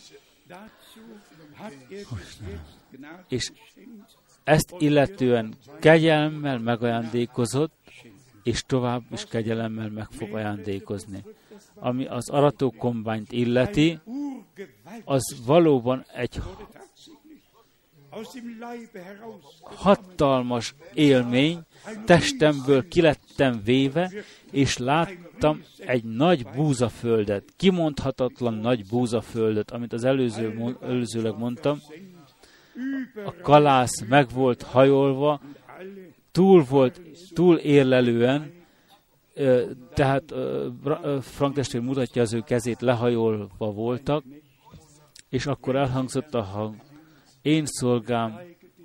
S1: És ezt illetően kegyelemmel megajándékozott, és tovább is kegyelemmel meg fog ajándékozni. Ami az aratókombányt illeti, az valóban egy hatalmas élmény, testemből kilettem véve, és láttam egy nagy búzaföldet, kimondhatatlan nagy búzaföldet, amit az előzőleg mondtam. A kalász meg volt hajolva, túl érlelően, tehát Frank testvér mutatja, az ő kezét lehajolva voltak, és akkor elhangzott a hang: én szolgám,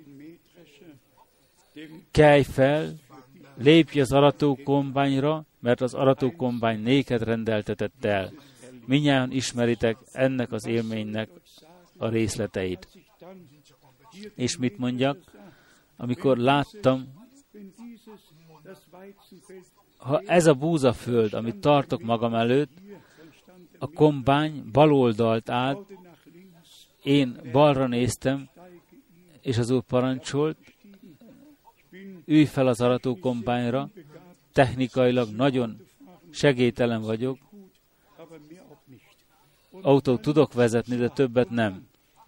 S1: kelj fel, lépj az aratókombányra, mert az aratókombány néked rendeltetett el. Mindnyájan ismeritek ennek az élménynek a részleteit. És mit mondjak? Amikor láttam, ha ez a búzaföld, amit tartok magam előtt, a kombány baloldalt állt, én balra néztem, és az Úr parancsolt, ülj fel az aratókombányra, technikailag nagyon segélytelen vagyok, autót tudok vezetni, de többet nem.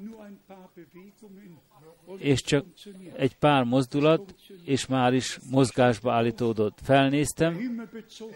S1: És csak egy pár mozdulat, és már is mozgásba állítódott. Felnéztem,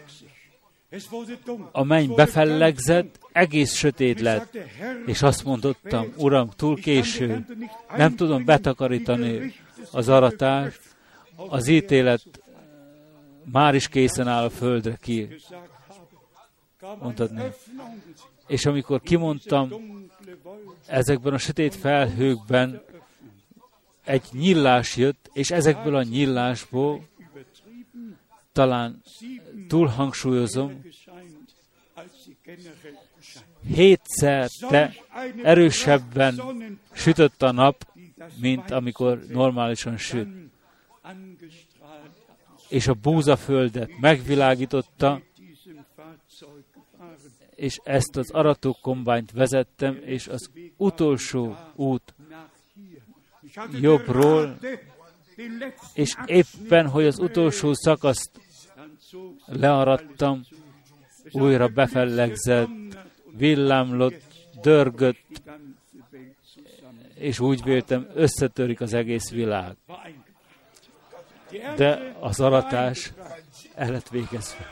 S1: a menny befellegzett, egész sötét lett, és azt mondottam: Uram, túl késő, nem tudom betakarítani az aratást, az ítélet már is készen áll a földre ki. Mondhatni. És amikor kimondtam, ezekben a sötét felhőkben egy nyílás jött, és ezekből a nyílásból talán túlhangsúlyozom, 7-szerte erősebben sütött a nap, mint amikor normálisan süt. És a búzaföldet megvilágította, és ezt az aratókombányt vezettem, és az utolsó út jobbról, és éppen, hogy az utolsó szakaszt learadtam, újra befellegzett, villámlott, dörgött, és úgy véltem, összetörik az egész világ. De az aratás el lett végezve.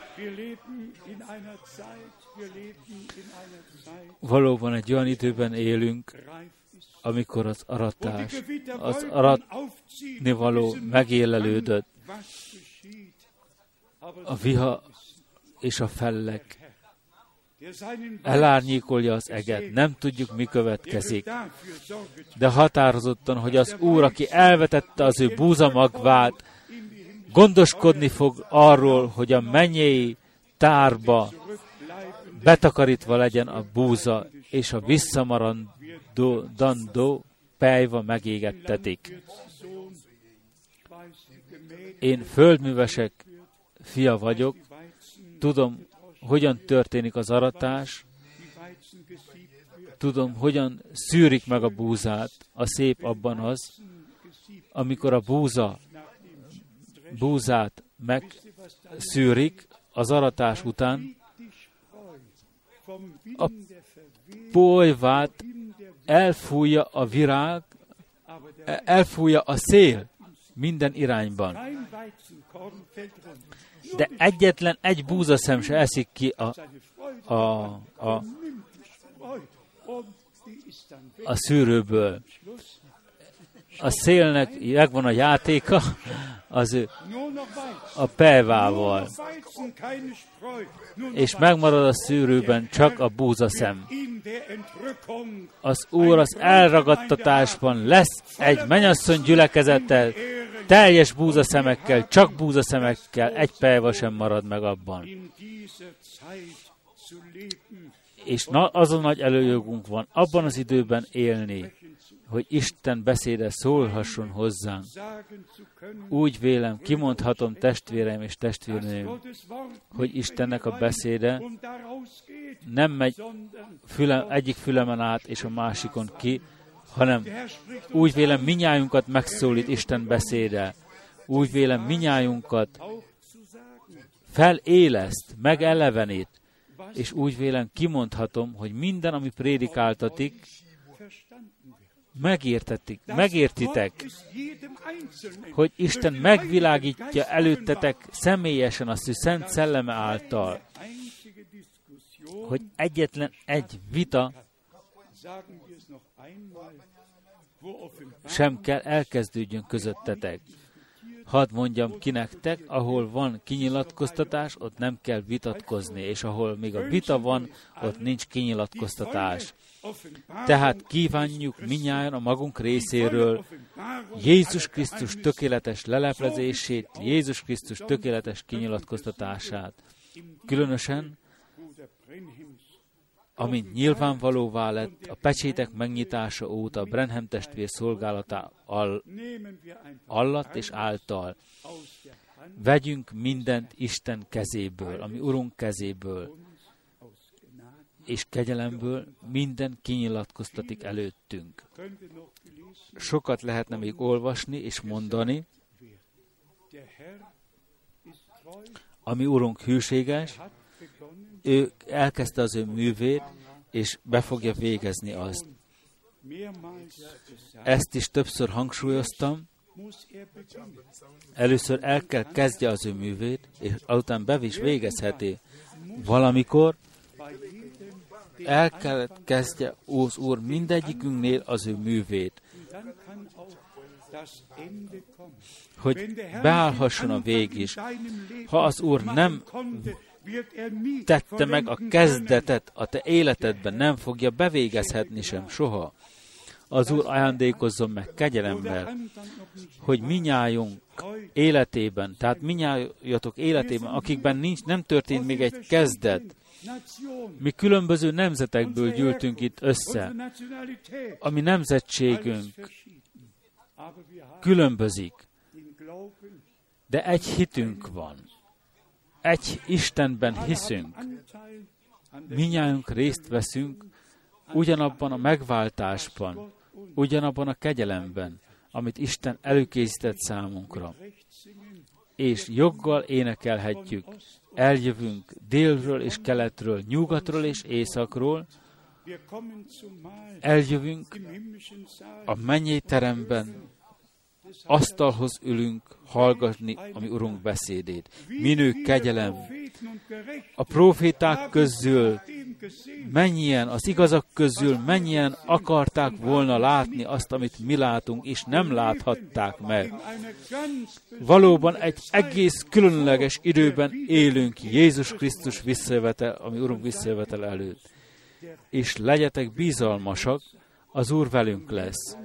S1: Valóban egy olyan időben élünk, amikor az aratás, az aratnivaló megélelődött, a viha és a felleg elárnyékolja az eget. Nem tudjuk, mi következik. De határozottan, hogy az Úr, aki elvetette az ő búzamagvát, gondoskodni fog arról, hogy a mennyei tárba betakarítva legyen a búza, és a visszamaradandó pelyva megégettetik. Én földművesek fia vagyok, tudom, hogyan történik az aratás, tudom, hogyan szűrik meg a búzát. A szép abban az, amikor a búzát megszűrik az aratás után, a polyvát elfújja a virág, elfújja a szél minden irányban. De egyetlen egy búzaszem se eszik ki a szűrőből. A szélnek megvan a játéka a pelyvával, és megmarad a szűrőben csak a búzaszem. Az Úr az elragadtatásban lesz egy mennyasszony gyülekezettel, teljes búzaszemekkel, csak búzaszemekkel, egy pelyva sem marad meg abban. És azon nagy előjogunk van abban az időben élni, hogy Isten beszéde szólhasson hozzánk. Úgy vélem, kimondhatom, testvéreim és testvérnőim, hogy Istennek a beszéde nem megy egyik fülemen át és a másikon ki, hanem úgy vélem, minnyájunkat megszólít Isten beszéde. Úgy vélem, minnyájunkat feléleszt, megelevenít, és úgy vélem, kimondhatom, hogy minden, ami prédikáltatik, megértitek, hogy Isten megvilágítja előttetek személyesen azt, hogy Szent Szelleme által, hogy egyetlen egy vita sem kell elkezdődjön közöttetek. Hadd mondjam ki nektek, ahol van kinyilatkoztatás, ott nem kell vitatkozni, és ahol még a vita van, ott nincs kinyilatkoztatás. Tehát kívánjuk minnyáján a magunk részéről Jézus Krisztus tökéletes leleplezését, Jézus Krisztus tökéletes kinyilatkoztatását. Különösen, amint nyilvánvalóvá lett a pecsétek megnyitása óta a Branham testvér szolgálata alatt és által. Vegyünk mindent Isten kezéből, ami Urunk kezéből, és kegyelemből minden kinyilatkoztatik előttünk. Sokat lehetne még olvasni és mondani, ami Urunk hűséges, ő elkezdte az ő művét, és be fogja végezni azt. Ezt is többször hangsúlyoztam. Először el kell kezdje az ő művét, és azután be is végezheti. Valamikor el kellett kezdje az Úr mindegyikünknél az ő művét, hogy beállhasson a vég is. Ha az Úr nem tette meg a kezdetet a te életedben, nem fogja bevégezhetni sem soha. Az Úr ajándékozzon meg kegyelemmel, hogy minnyájunk életében, tehát minnyájatok életében, akikben nem történt még egy kezdet, mi különböző nemzetekből gyűltünk itt össze. A mi nemzetségünk különbözik, de egy hitünk van. Egy Istenben hiszünk. Minnyájunk részt veszünk ugyanabban a megváltásban, ugyanabban a kegyelemben, amit Isten előkészített számunkra. És joggal énekelhetjük. Eljövünk délről és keletről, nyugatról és északról, eljövünk a mennyei teremben, asztalhoz ülünk hallgatni a mi Urunk beszédét. Minők kegyelem. A proféták közül mennyien, az igazak közül mennyien akarták volna látni azt, amit mi látunk, és nem láthatták meg. Valóban egy egész különleges időben élünk Jézus Krisztus visszajövetel, ami Urunk visszajövetel előtt. És legyetek bizalmasak, az Úr velünk lesz.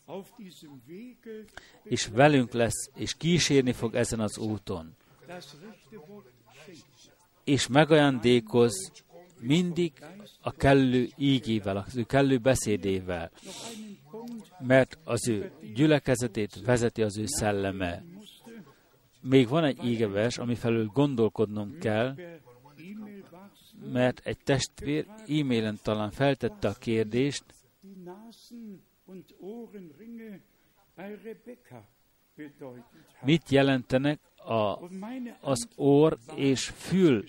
S1: És velünk lesz, és kísérni fog ezen az úton. És megajándékoz mindig a kellő ígével, az ő kellő beszédével, mert az ő gyülekezetét vezeti az ő szelleme. Még van egy ígevers, ami felül gondolkodnom kell, mert egy testvér e-mailen talán feltette a kérdést, mit jelentenek az orr és fül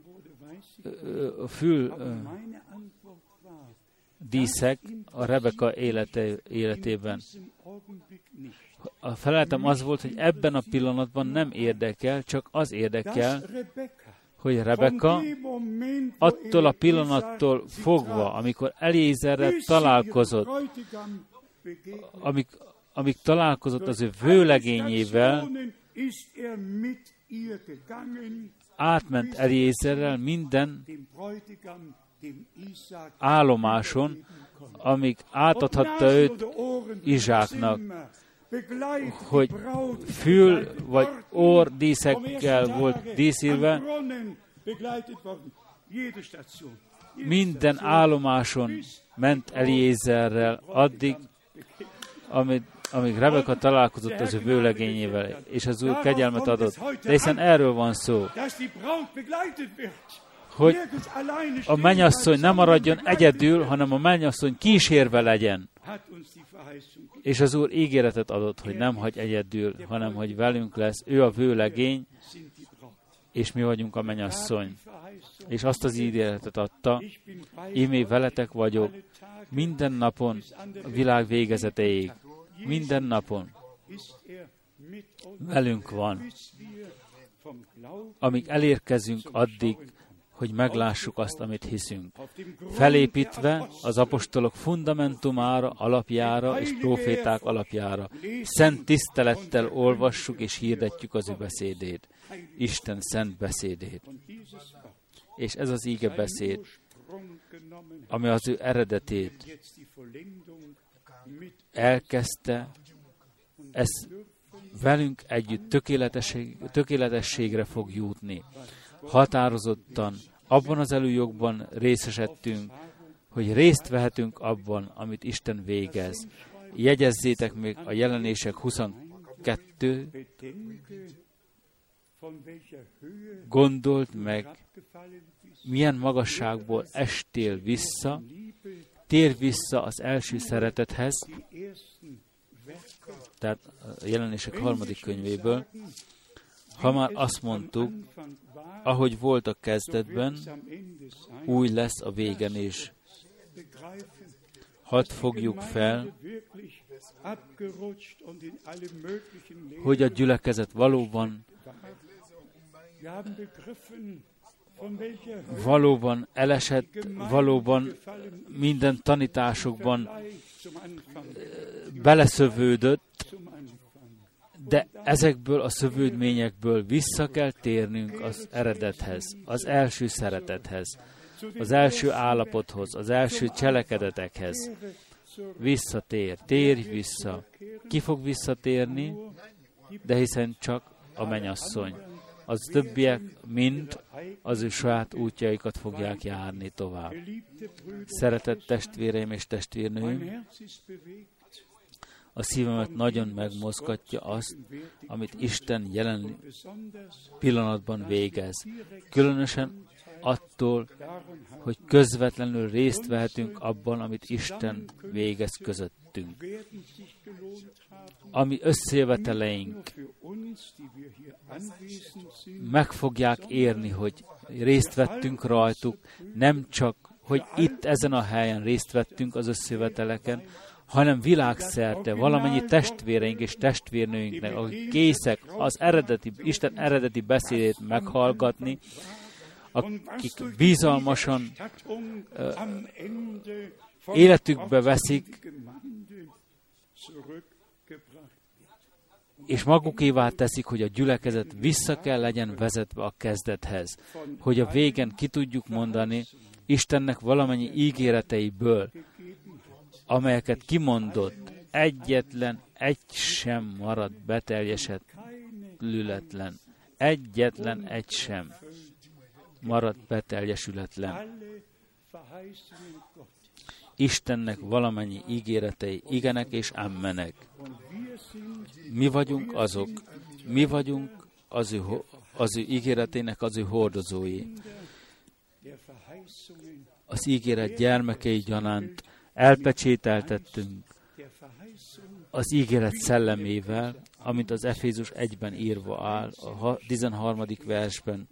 S1: díszek a Rebeka életében. A feleletem az volt, hogy ebben a pillanatban nem érdekel, csak az érdekel, hogy Rebeka attól a pillanattól fogva, amikor Eliézerrel találkozott, amíg találkozott az ő vőlegényével, átment Eliézerrel minden állomáson, amíg átadhatta őt Izsáknak, hogy fül vagy orr díszekkel volt díszítve, minden állomáson ment Eliézerrel addig, amíg Rebeka találkozott az ő vőlegényével, és az Úr kegyelmet adott. De hiszen erről van szó, hogy a mennyasszony nem maradjon egyedül, hanem a mennyasszony kísérve legyen. És az Úr ígéretet adott, hogy nem hagy egyedül, hanem hogy velünk lesz. Ő a vőlegény, és mi vagyunk a mennyasszony. És azt az ígéretet adta, ímé veletek vagyok, minden napon a világ végezetéig. Minden napon velünk van. Amíg elérkezünk addig, hogy meglássuk azt, amit hiszünk. Felépítve az apostolok fundamentumára, alapjára és próféták alapjára. Szent tisztelettel olvassuk és hirdetjük az ő beszédét. Isten szent beszédét. És ez az íge beszéd, ami az ő eredetét elkezdte, ez velünk együtt tökéletességre fog jutni. Határozottan abban az előjogban részesedtünk, hogy részt vehetünk abban, amit Isten végez. Jegyezzétek még a Jelenések 22, gondold meg, milyen magasságból estél vissza, térj vissza az első szeretethez, tehát a Jelenések 3. könyvéből, ha már azt mondtuk, ahogy volt a kezdetben, úgy lesz a végen is. Hadd fogjuk fel, hogy a gyülekezet valóban elesett, valóban minden tanításokban beleszövődött, de ezekből a szövődményekből vissza kell térnünk az eredethez, az első szeretethez, az első állapothoz, az első cselekedetekhez. Térj vissza. Ki fog visszatérni? De hiszen csak a mennyasszony. Az többiek mind az ő saját útjaikat fogják járni tovább. Szeretett testvéreim és testvérnőim, a szívemet nagyon megmozgatja azt, amit Isten jelen pillanatban végez. Különösen attól, hogy közvetlenül részt vehetünk abban, amit Isten végez közöttünk. Ami összejöveteleink meg fogják érni, hogy részt vettünk rajtuk, nem csak, hogy itt ezen a helyen részt vettünk az összejöveteleken, hanem világszerte valamennyi testvéreink és testvérnőinknek, akik készek az Isten eredeti beszédét meghallgatni, akik bizalmasan életükbe veszik, és magukévá teszik, hogy a gyülekezet vissza kell legyen vezetve a kezdethez, hogy a végen ki tudjuk mondani Istennek valamennyi ígéreteiből, amelyeket kimondott, egyetlen egy sem marad beteljesett lületlen. Egyetlen egy sem. maradt beteljesületlen. Istennek valamennyi ígéretei igenek és ammenek. Mi vagyunk azok, mi vagyunk az ő ígéretének az ő hordozói. Az ígéret gyermekei gyanánt elpecsételtettünk az ígéret szellemével, amit az Efézus 1-ben írva áll, a 13. versben.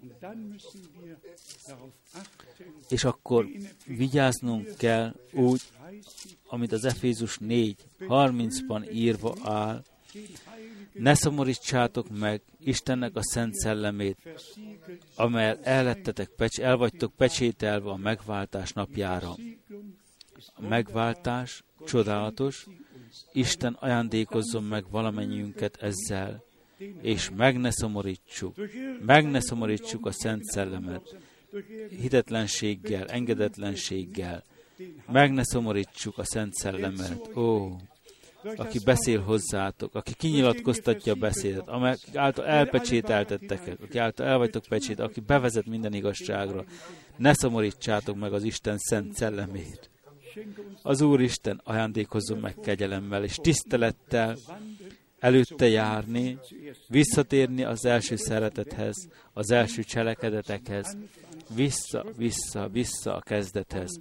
S1: És akkor vigyáznunk kell úgy, amit az Efézus 4:30-ban írva áll, ne szomorítsátok meg Istennek a szent szellemét, amelyel el vagytok pecsételve a megváltás napjára. A megváltás csodálatos, Isten ajándékozzon meg valamennyiünket ezzel, és meg ne szomorítsuk a szent szellemet, hitetlenséggel, engedetlenséggel, meg ne szomorítsuk a szent szellemet. Ó, aki beszél hozzátok, aki kinyilatkoztatja a beszédet, amely által elpecsételtettek, aki által el vagytok pecsét, aki bevezet minden igazságra, ne szomorítsátok meg az Isten szent szellemét. Az Úristen ajándékozzon meg kegyelemmel és tisztelettel előtte járni, visszatérni az első szeretethez, az első cselekedetekhez, vissza a kezdethez.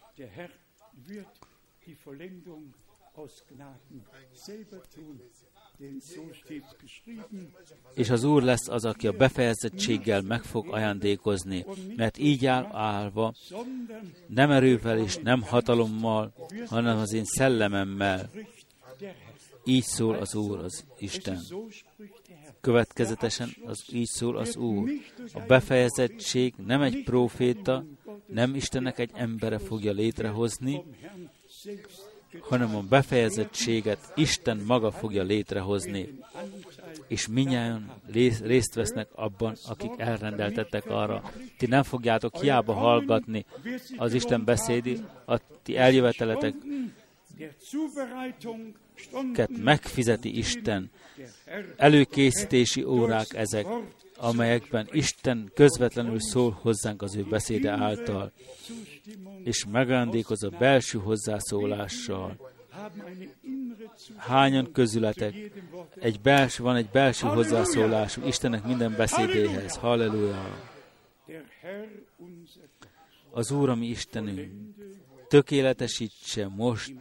S1: És az Úr lesz az, aki a befejezettséggel meg fog ajándékozni, mert így áll állva, nem erővel és nem hatalommal, hanem az én szellememmel. Így szól az Úr, az Isten. Következetesen így szól az Úr. A befejezettség nem egy próféta, nem Istennek egy embere fogja létrehozni, hanem a befejezettséget Isten maga fogja létrehozni. És mindnyájan részt vesznek abban, akik elrendeltettek arra. Ti nem fogjátok hiába hallgatni az Isten beszédi, a ti eljöveteletek megfizeti Isten. Előkészítési órák ezek, amelyekben Isten közvetlenül szól hozzánk az ő beszéde által, és megajándékoz a belső hozzászólással. Hányan közületek van egy belső hozzászólásuk Istennek minden beszédéhez. Halleluja! Az Úr, ami Istenünk, tökéletesítse most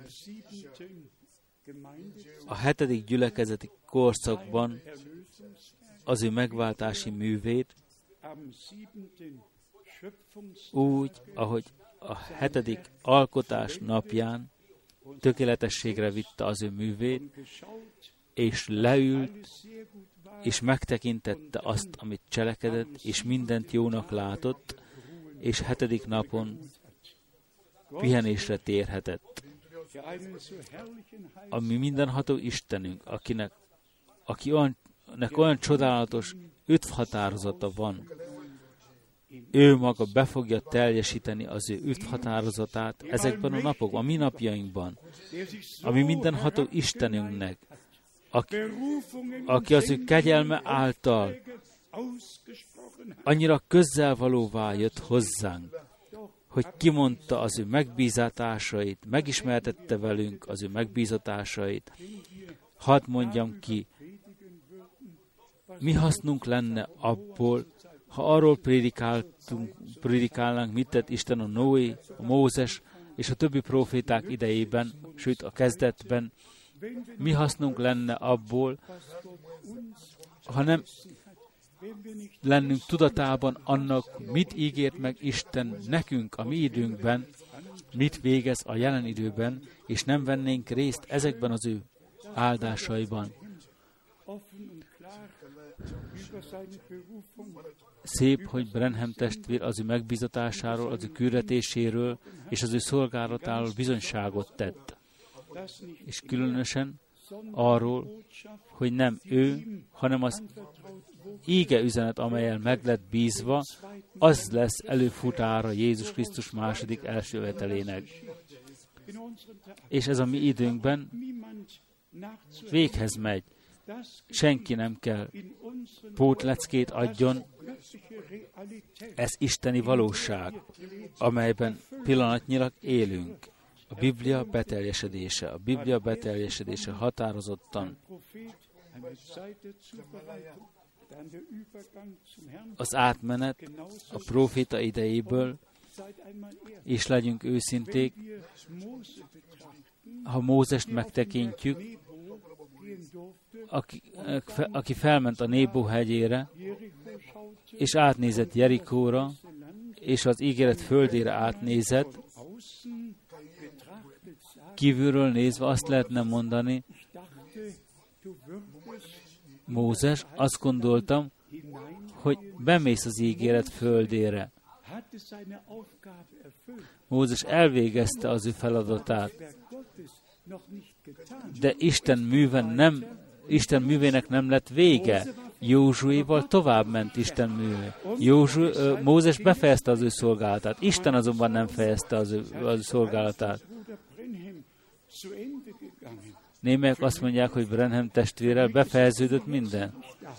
S1: a 7. gyülekezeti korszakban az ő megváltási művét, úgy, ahogy a 7. alkotás napján tökéletességre vitte az ő művét, és leült, és megtekintette azt, amit cselekedett, és mindent jónak látott, és 7. napon pihenésre térhetett. Ami mindenható Istenünk, akinek olyan csodálatos üdvhatározata van, ő maga be fogja teljesíteni az ő üdvhatározatát ezekben a napokban, a mi napjainkban, ami mindenható Istenünknek, aki az ő kegyelme által annyira közelvalóvá jött hozzánk, hogy kimondta az ő megbízatásait, megismertette velünk az ő megbízatásait. Hadd mondjam ki, mi hasznunk lenne abból, ha arról prédikálnánk, mit tett Isten a Noé, a Mózes és a többi proféták idejében, sőt a kezdetben, mi hasznunk lenne abból, ha nem lennünk tudatában annak, mit ígért meg Isten nekünk a mi időnkben, mit végez a jelen időben, és nem vennénk részt ezekben az ő áldásaiban. Szép, hogy Branham testvér az ő megbízatásáról, az ő küldetéséről és az ő szolgálatáról bizonyságot tett. És különösen arról, hogy nem ő, hanem az íge üzenet, amellyel meg lett bízva, az lesz előfutára Jézus Krisztus második első jövetelének. És ez a mi időnkben véghez megy. senki nem kell pótleckét adjon, ez isteni valóság, amelyben pillanatnyilag élünk. A Biblia beteljesedése határozottan. Az átmenet a próféta idejéből, és legyünk őszinték, ha Mózest megtekintjük, aki felment a Nébó hegyére, és átnézett Jerikóra, és az ígéret földére átnézett, kívülről nézve azt lehetne mondani, Mózes, azt gondoltam, hogy bemész az ígéret földére. Mózes elvégezte az ő feladatát, de Isten művének nem lett vége. Józsuéval tovább ment Isten műve. Mózes befejezte az ő szolgálatát, Isten azonban nem fejezte az ő szolgálatát. Némelyek azt mondják, hogy Branham testvérrel befejeződött minden.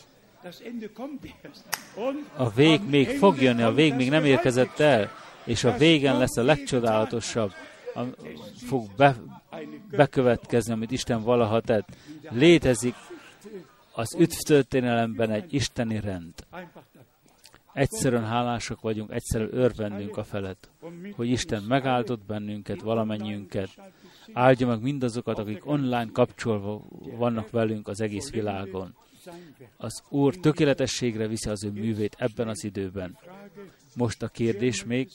S1: A vég még fog jönni, a vég még nem érkezett el, és a végen lesz a legcsodálatosabb, fog bekövetkezni, amit Isten valaha tett. Létezik az üdvtörténelemben egy isteni rend. Egyszerűen hálásak vagyunk, egyszerűen örvendünk a felett, hogy Isten megáldott bennünket, valamennyiünket. Áldja meg mindazokat, akik online kapcsolva vannak velünk az egész világon. Az Úr tökéletességre viszi az ő művét ebben az időben. Most a kérdés még,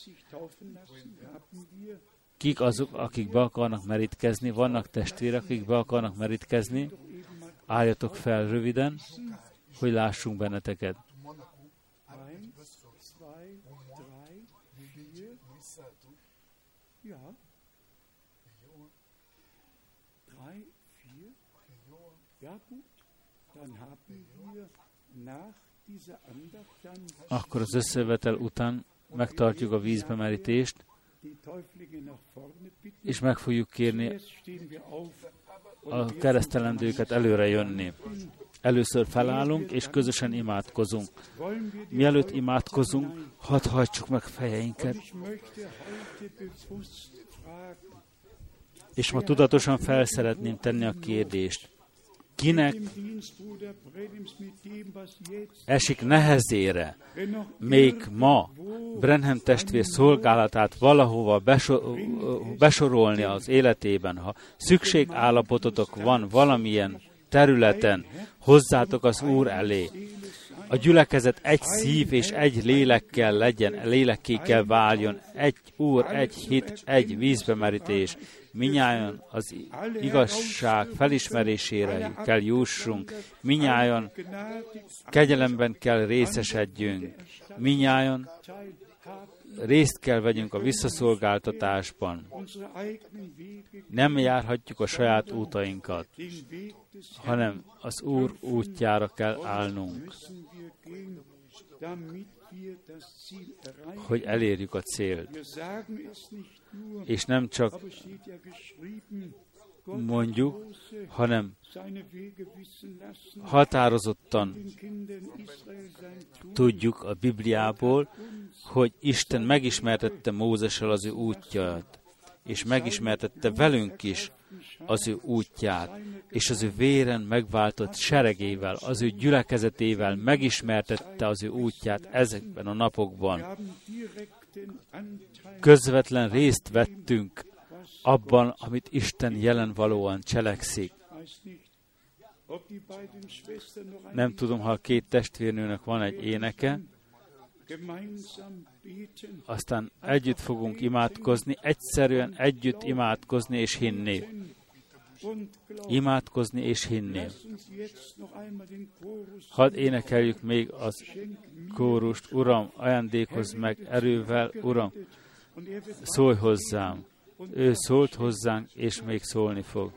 S1: kik azok, akik be akarnak merítkezni? Vannak testvérek, akik be akarnak merítkezni? Álljatok fel röviden, hogy lássunk benneteket. Akkor az összevetel után megtartjuk a vízbemerítést, és meg fogjuk kérni a keresztelendőket előre jönni. Először felállunk, és közösen imádkozunk. Mielőtt imádkozunk, hadd hajtsuk meg fejeinket. És ma tudatosan fel szeretném tenni a kérdést. Kinek esik nehezére még ma Branham testvér szolgálatát valahova besorolni az életében, ha szükségállapototok van valamilyen területen, hozzátok az Úr elé. A gyülekezet egy szív és egy lélekkel legyen, lélekké kell váljon, egy Úr, egy hit, egy vízbemerítés. Minnyáján az igazság felismerésére kell jussunk, minnyáján kegyelemben kell részesedjünk, minnyáján részt kell vegyünk a visszaszolgáltatásban. Nem járhatjuk a saját útainkat, hanem az Úr útjára kell állnunk, hogy elérjük a célt. És nem csak mondjuk, hanem határozottan tudjuk a Bibliából, hogy Isten megismertette Mózessel az ő útját, és megismertette velünk is az ő útját, és az ő véren megváltott seregével, az ő gyülekezetével megismertette az ő útját ezekben a napokban. Közvetlen részt vettünk abban, amit Isten jelenvalóan cselekszik. Nem tudom, ha a két testvérnőnek van egy éneke, aztán együtt fogunk imádkozni, egyszerűen együtt imádkozni és hinni. Imádkozni és hinni. Hadd énekeljük még az kórust. Uram, ajándékozz meg erővel, Uram, szólj hozzám. Ő szólt hozzánk, és még szólni fog.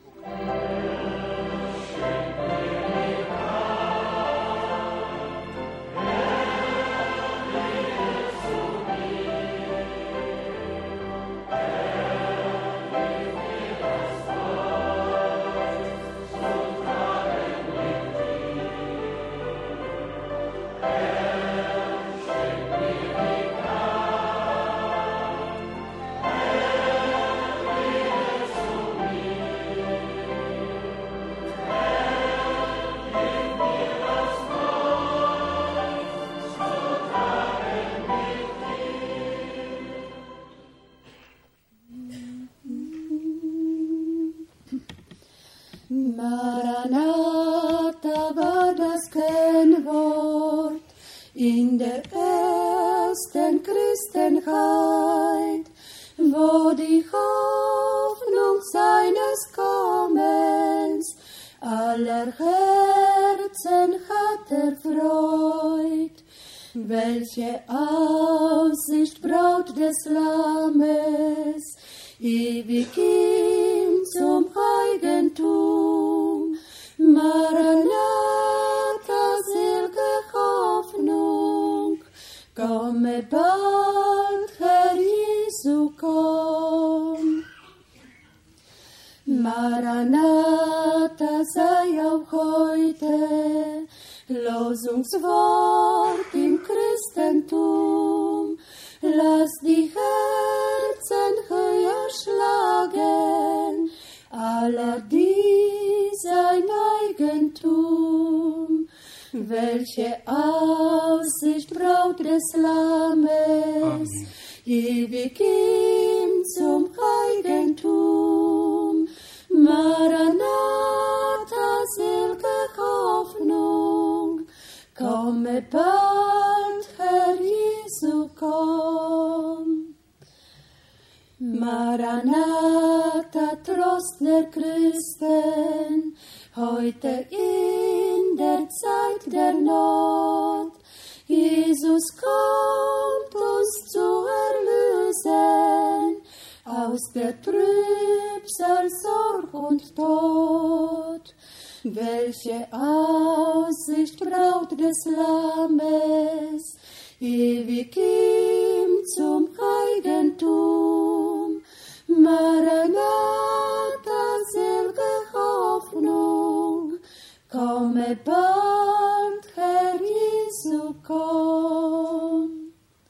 S2: Maranatha war das Kennwort in der ersten Christenheit, wo die Hoffnung seines Kommens aller Herzen hat erfreut. Welche Aussicht Braut des Lammes, ewig ihm zum Eigentum. Maranatha, selge Hoffnung, komme bald, Herr Jesu, komm. Maranatha sei auch heute Losungswort im Christentum. Lass die Herzen höher schlagen, aller die sein Eigentum. Welche Aussicht Braut des Lammes, ewig ihm zum Eigentum. Maranatha, selge Hoffnung, komme bald, Herr Jesu, komm. Maranatha, Trost der Christen, heute in der Zeit der Not. Jesus kommt uns zu erlösen aus der Trübsal, Sorg und Tod. Welche Aussicht Braut des Lammes, ewig ihm zum Eigentum. Maranatha, selge Hoffnung, komme bald, Herr Jesu, komm.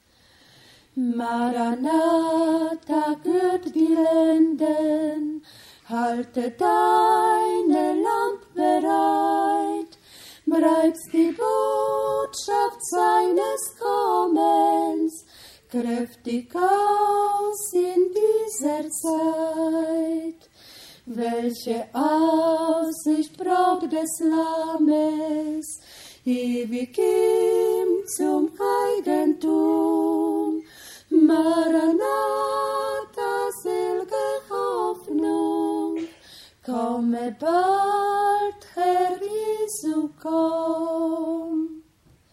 S2: Maranatha, gürt die Lenden, halte deine Lampe bereit, breit's die Botschaft seines Kommens kräftig aus in dieser Zeit. Welche Aussicht Braut des Lammes, ewig ihm zum Eigentum. Maranatha, selge Hoffnung, komme bald, Herr Jesu, komm.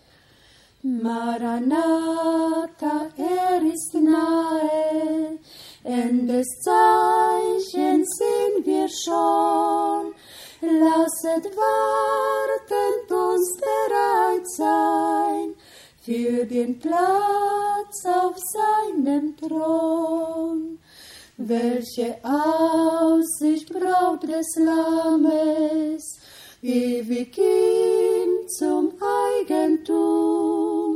S2: Maranatha, ist nahe, Endeszeichen sehen wir schon. Lasset wartend uns bereit sein für den Platz auf seinem Thron. Welche Aussicht Braut des Lammes, ewig ihm zum Eigentum.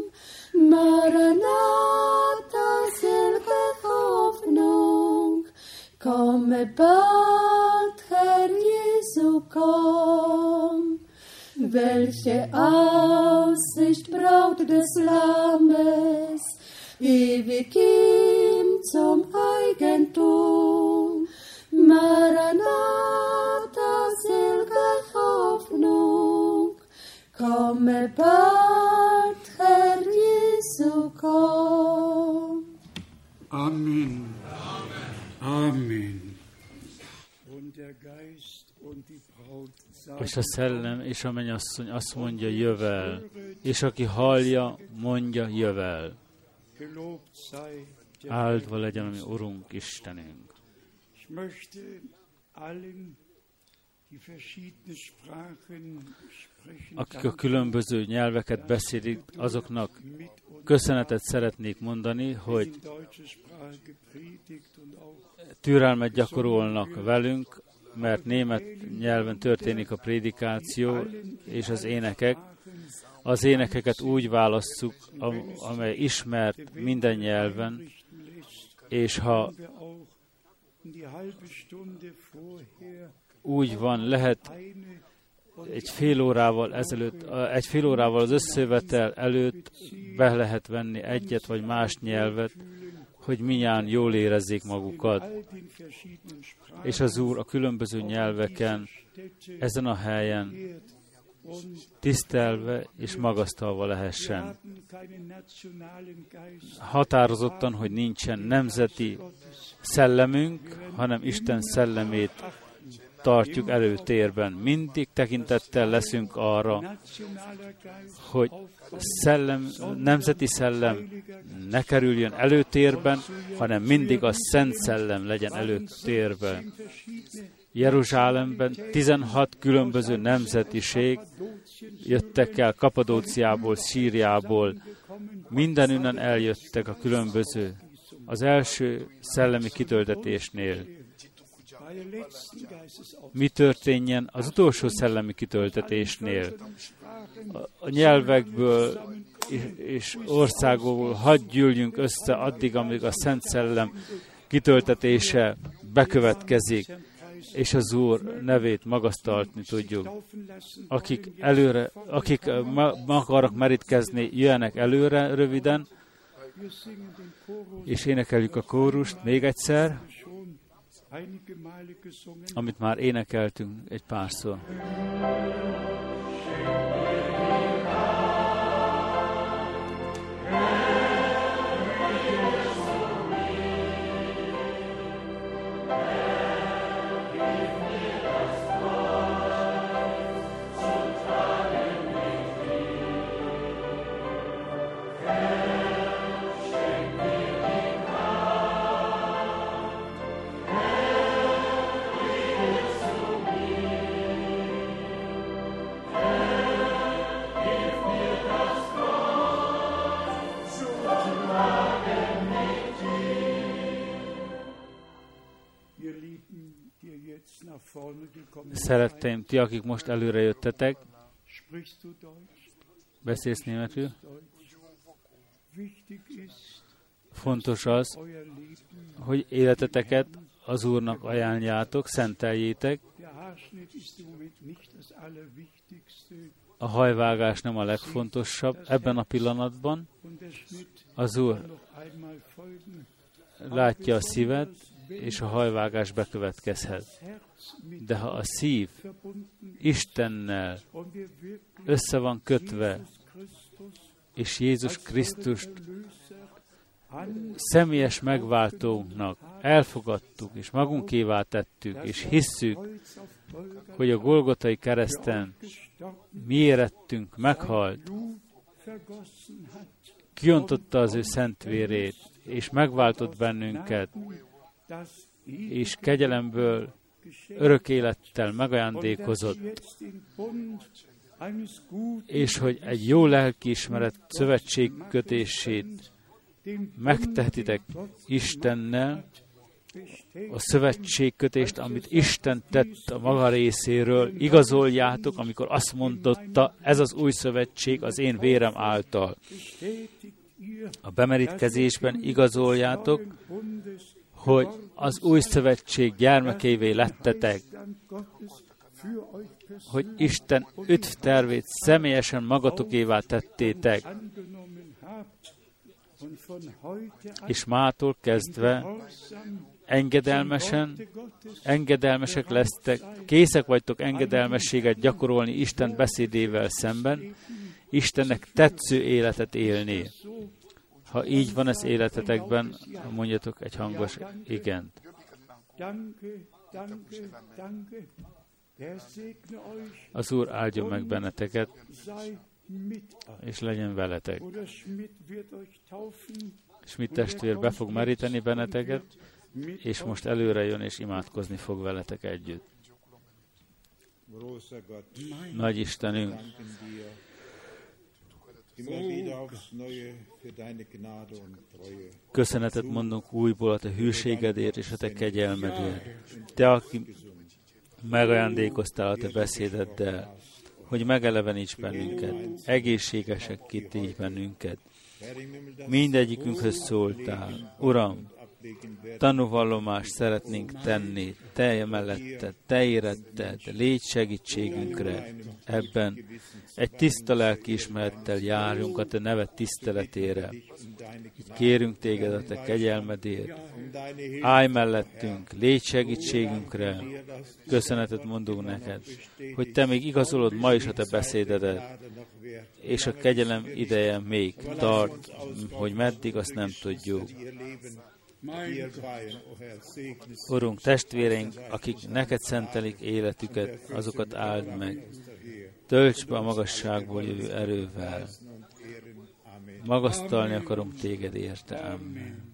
S2: Maranatha, selge Hoffnung, komme bald, Herr Jesu, komm. Welche Aussicht Braut des Lammes, ewig ihm zum Eigentum. Maranatha, selge Hoffnung, komme bald, Herr Jesu, komm.
S3: Amen. Amen.
S1: És a szellem és a mennyasszony azt mondja, jövel, és aki hallja, mondja, jövel. Áldva legyen a mi Urunk, Istenünk. Akik a különböző nyelveket beszélik, azoknak köszönetet szeretnék mondani, hogy türelmet gyakorolnak velünk, mert német nyelven történik a prédikáció és az énekek. Az énekeket úgy válasszuk, amely ismert minden nyelven, és ha úgy van, lehet egy fél órával az összejövetel előtt be lehet venni egyet vagy más nyelvet, hogy minnyáján jól érezzék magukat, és az Úr a különböző nyelveken, ezen a helyen tisztelve és magasztalva lehessen. Határozottan, hogy nincsen nemzeti szellemünk, hanem Isten szellemét tartjuk előtérben. Mindig tekintettel leszünk arra, hogy nemzeti szellem ne kerüljön előtérben, hanem mindig a Szent Szellem legyen előtérben. Jeruzsálemben 16 különböző nemzetiség jöttek el Kapadóciából, Szíriából, mindenünnen eljöttek a különböző. Az első szellemi kitöltetésnél mi történjen az utolsó szellemi kitöltetésnél? A nyelvekből és országokból hadd gyűljünk össze addig, amíg a Szent Szellem kitöltetése bekövetkezik, és az Úr nevét magasztalni tudjuk. Akik meg akarnak merítkezni, jöjjenek előre röviden, és énekeljük a kórust még egyszer, amit már énekeltünk egy párszor. Szeretteim, ti, akik most előre jöttetek, beszélsz németül? Fontos az, hogy életeteket az Úrnak ajánljátok, szenteljétek. A hajvágás nem a legfontosabb ebben a pillanatban. Az Úr látja a szívet, és a hajvágás bekövetkezhet. De ha a szív Istennel össze van kötve, és Jézus Krisztust személyes megváltónknak elfogadtuk, és magunkévá tettük, és hisszük, hogy a Golgotai kereszten mi érettünk meghalt, kiontotta az ő szent vérét, és megváltott bennünket, és kegyelemből örök élettel megajándékozott, és hogy egy jó lelkiismeret szövetségkötését megtehetitek Istennel, a szövetségkötést, amit Isten tett a maga részéről, igazoljátok, amikor azt mondotta, ez az új szövetség az én vérem által. A bemerítkezésben igazoljátok, hogy az új szövetség gyermekeivé lettetek, hogy Isten üdvtervét személyesen magatokévá tettétek, és mától kezdve engedelmesek lesztek, készek vagytok engedelmességet gyakorolni Isten beszédével szemben, Istennek tetsző életet élni. Ha így van ez életetekben, mondjatok egy hangos igent. Az Úr áldjon meg benneteket, és legyen veletek. Schmidt testvér be fog meríteni benneteket, és most előre jön, és imádkozni fog veletek együtt. Nagy Istenünk, köszönetet mondunk újból a te hűségedért és a te kegyelmedért. Te, aki megajándékoztál a te beszédeddel, hogy megeleveníts bennünket, egészségesek tégy bennünket. Mindegyikünkhöz szóltál. Uram, tanúvallomást szeretnénk tenni, te melletted, te éretted, légy segítségünkre ebben. Egy tiszta lelkiismerettel járjunk a te neved tiszteletére. Így kérünk téged a te kegyelmedért. Állj mellettünk, légy segítségünkre. Köszönetet mondunk neked, hogy te még igazolod ma is a te beszédedet, és a kegyelem ideje még tart, hogy meddig, azt nem tudjuk. Urunk, testvéreink, akik neked szentelik életüket, azokat áld meg. Tölts be a magasságból jövő erővel. Magasztalni akarom téged érte. Amen.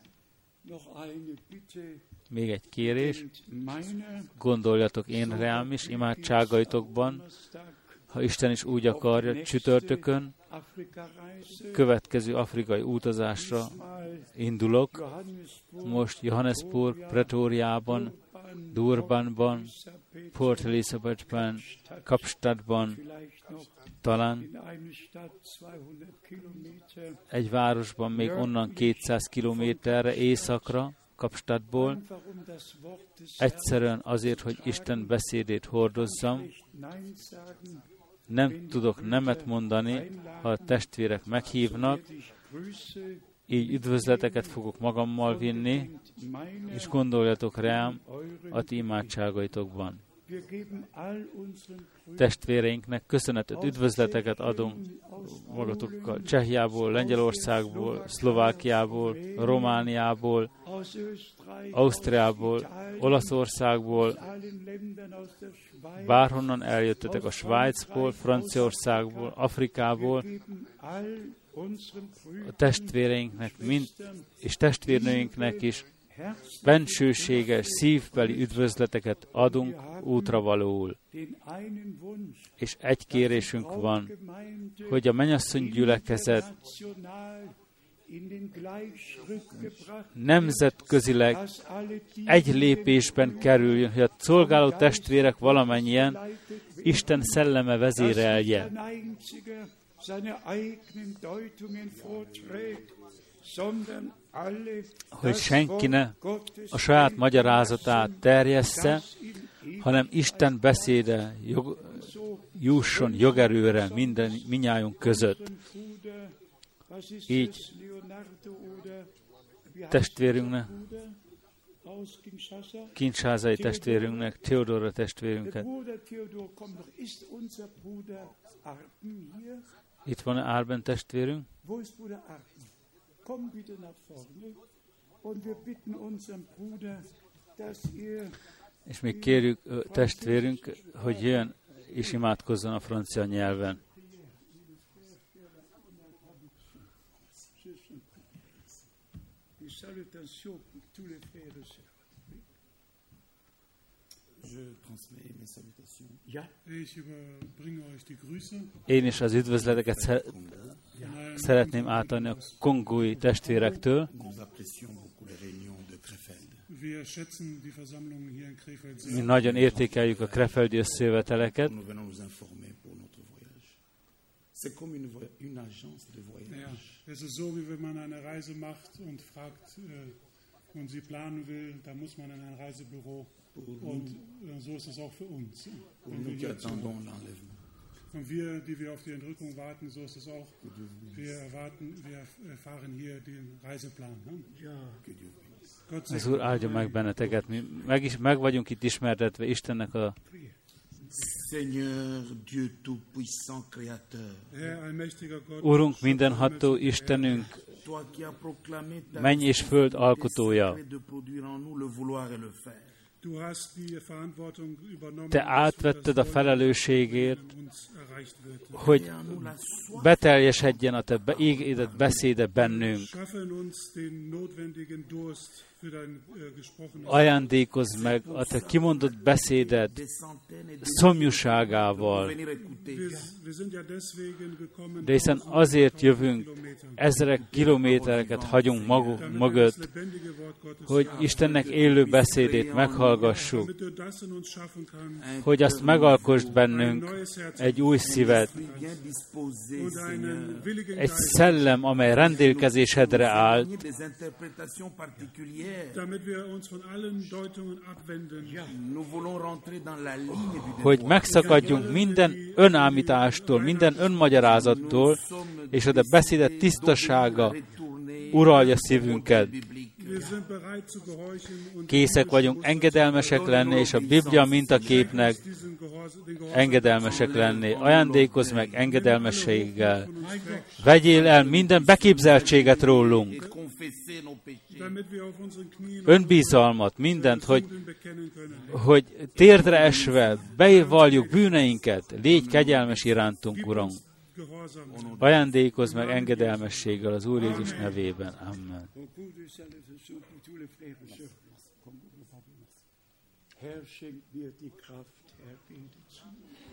S1: Még egy kérés. Gondoljatok én rám is imádságaitokban, ha Isten is úgy akarja, csütörtökön következő afrikai utazásra indulok. Most Johannesburg, Pretóriában, Durbanban, Port Elizabethben, Kapstadtban, talán egy városban még onnan 200 kilométerre északra, Kapstadtból, egyszerűen azért, hogy Isten beszédét hordozzam. Nem tudok nemet mondani, ha a testvérek meghívnak, így üdvözleteket fogok magammal vinni, és gondoljatok rám a ti imádságaitokban. Testvéreinknek köszönetet, üdvözleteket adunk magatokkal Csehiából, Lengyelországból, Szlovákiából, Romániából, Ausztriából, Olaszországból, bárhonnan eljöttetek, a Svájcból, Franciaországból, Afrikából, a testvéreinknek és testvérnőinknek is bensőséges, szívbeli üdvözleteket adunk útravalóul. És egy kérésünk van, hogy a mennyasszony gyülekezet nemzetközileg egy lépésben kerüljön, hogy a szolgáló testvérek valamennyien Isten szelleme vezérelje. Hogy senki ne a saját magyarázatát terjessze, hanem Isten beszéde jusson jogerőre mindnyájunk között. Így testvérünknek, kinsházai testvérünknek, Theodora testvérünket. Itt van Arben testvérünk. És még kérjük testvérünk, hogy jön és imádkozzon a francia nyelven. Én is az üdvözleteket szeretném átadni a kongói testvérektől. Mi nagyon értékeljük a krefeldi összejöveteleket.
S3: Es ist so, wie wenn man eine Reise macht und fragt und sie planen will, da muss man in ein Reisebüro. Und so ist es auch für uns. Und wir, die wir auf die Entrückung warten, so ist es auch. Wir erfahren hier den Reiseplan.
S1: Az Úr áldja meg benneteket. Mi meg vagyunk itt ismertetve Istennek a Urunk, mindenható Istenünk, menny és föld alkotója. Te átvetted a felelősségért, hogy beteljesedjen a te ígéret beszéde bennünk. ajándékozz meg a te kimondott beszéded szomjúságával. De hiszen azért jövünk, ezrek kilométereket hagyunk magunk mögött, hogy Istennek élő beszédét meghallgassuk, hogy azt megalkosd bennünk egy új szívet, egy szellem, amely rendelkezésedre állt, hogy megszakadjunk minden önállítástól, minden önmagyarázattól, és a te beszédet tisztasága uralja szívünket. Készek vagyunk engedelmesek lenni, és a Biblia mintaképnek engedelmesek lenni. Ajándékozz meg engedelmességgel. Vegyél el minden beképzeltséget rólunk. Önbizalmat, mindent, hogy térdre esve bevalljuk bűneinket. Légy kegyelmes irántunk, Uram. Ajándékozz meg engedelmességgel az Úr Jézus nevében. Amen.
S4: Herr, schenk mir die Kraft, Herr, bilde zu.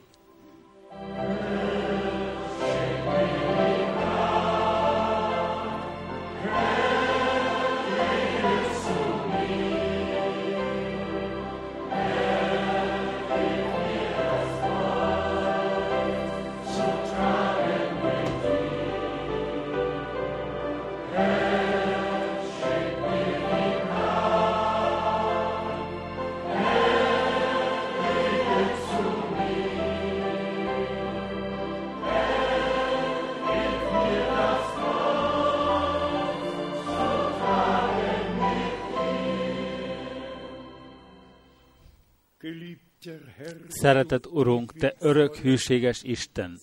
S1: Szeretett Urunk, Te örök, hűséges Isten!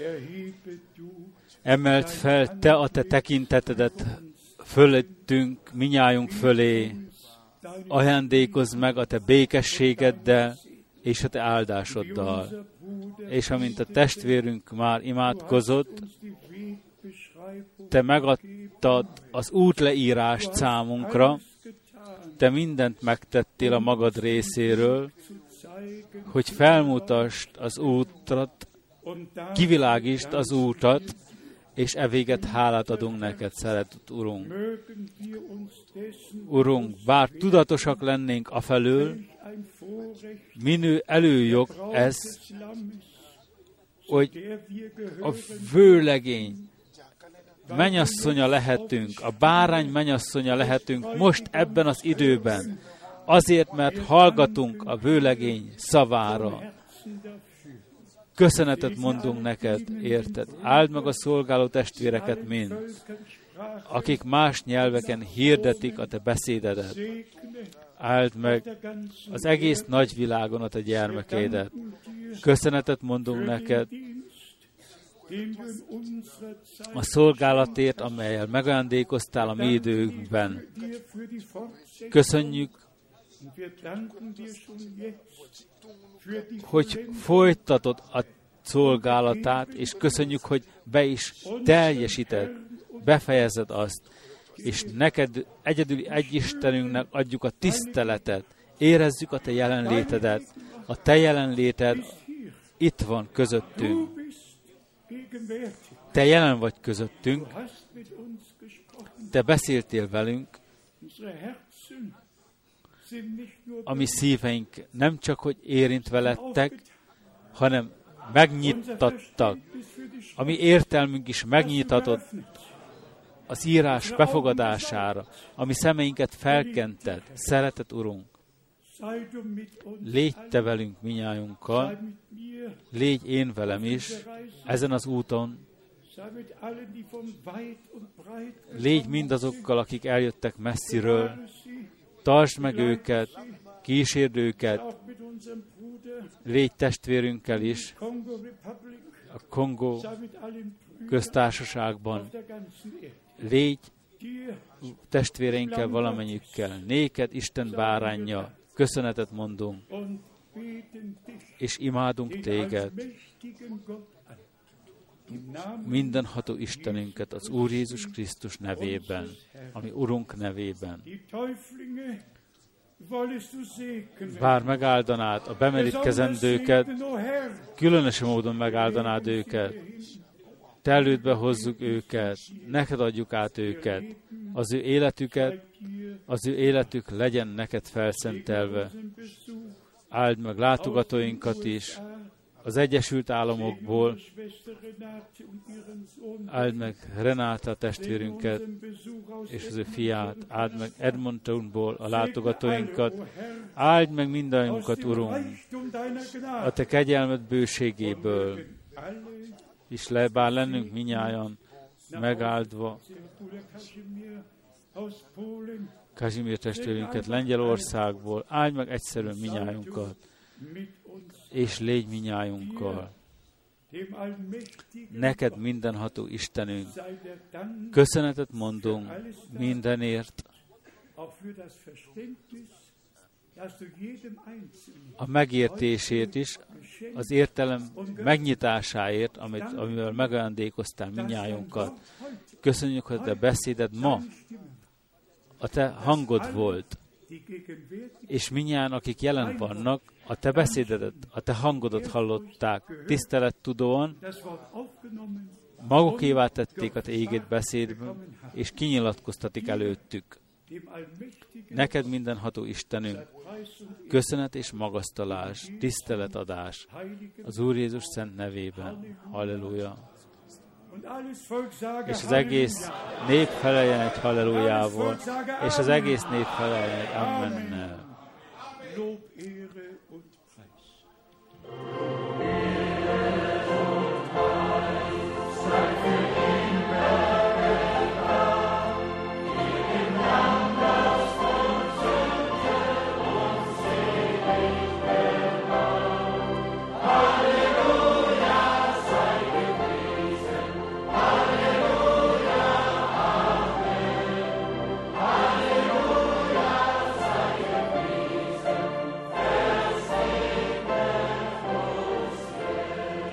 S1: Emeld fel Te a Te tekintetedet fölöttünk, minnyájunk fölé. Ajándékozz meg a Te békességeddel és a Te áldásoddal. És amint a testvérünk már imádkozott, Te megadtad az útleírást számunkra, Te mindent megtettél a magad részéről, hogy felmutasd az útat, kivilágítsd az útat, és evéget hálát adunk neked, szeretett Urunk. Urunk, bár tudatosak lennénk afelől, minő előjog ez, hogy a vőlegény mennyasszonya lehetünk, a bárány mennyasszonya lehetünk most ebben az időben, azért, mert hallgatunk a vőlegény szavára. Köszönetet mondunk neked, érted? Áld meg a szolgáló testvéreket mind, akik más nyelveken hirdetik a te beszédedet. Áld meg az egész nagyvilágon a te gyermekeidet. Köszönetet mondunk neked a szolgálatért, amellyel megajándékoztál a mi időnkben. Köszönjük, hogy folytatod a szolgálatát, és köszönjük, hogy be is teljesíted, befejezed azt, és neked egyedül egy Istenünknek adjuk a tiszteletet, érezzük a te jelenlétedet, a te jelenléted itt van közöttünk. Te jelen vagy közöttünk, te beszéltél velünk, a mi szíveink nem csak, hogy érintve lettek, hanem megnyittattak. A mi értelmünk is megnyitatott az írás befogadására, a mi szemeinket felkented. Szeretett Urunk, légy te velünk minnyájunkkal, légy én velem is ezen az úton, légy mindazokkal, akik eljöttek messziről, tartsd meg őket, kísérd őket, légy testvérünkkel is, a Kongó köztársaságban, légy testvéreinkkel valamennyükkel, néked Isten báránja, köszönetet mondunk, és imádunk téged, mindenható Istenünket az Úr Jézus Krisztus nevében, ami Urunk nevében. Bár megáldanád a bemerítkezendőket, különös módon megáldanád őket. Te elődbe hozzuk őket, neked adjuk át őket, az ő életük legyen neked felszentelve. Áld meg látogatóinkat is, az Egyesült Államokból, áld meg Renáta testvérünket és az ő fiát, áld meg Edmontonból a látogatóinkat, áld meg mindannyiunkat, Urunk, a Te kegyelmed bőségéből, és bár lennünk minnyájan megáldva, Kazimír testvérünket Lengyelországból, áld meg egyszerűen minnyájunkat, és légy minnyájunkkal. Neked mindenható Istenünk, köszönetet mondunk mindenért, a megértésért is, az értelem megnyitásáért, amivel megajándékoztál minnyájunkat. Köszönjük, hogy a beszéded ma a Te hangod volt, és minnyáján, akik jelen vannak, a Te beszédedet, a Te hangodat hallották tisztelettudóan, magukévá tették a Te égét beszédben, és kinyilatkoztatik előttük. Neked mindenható Istenünk, köszönet és magasztalás, tiszteletadás az Úr Jézus szent nevében. Halleluja! És az egész nép feleljen egy hallelujával, és az egész nép feleljen egy amennel.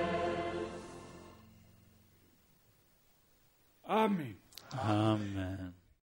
S3: Amen.
S1: Amen.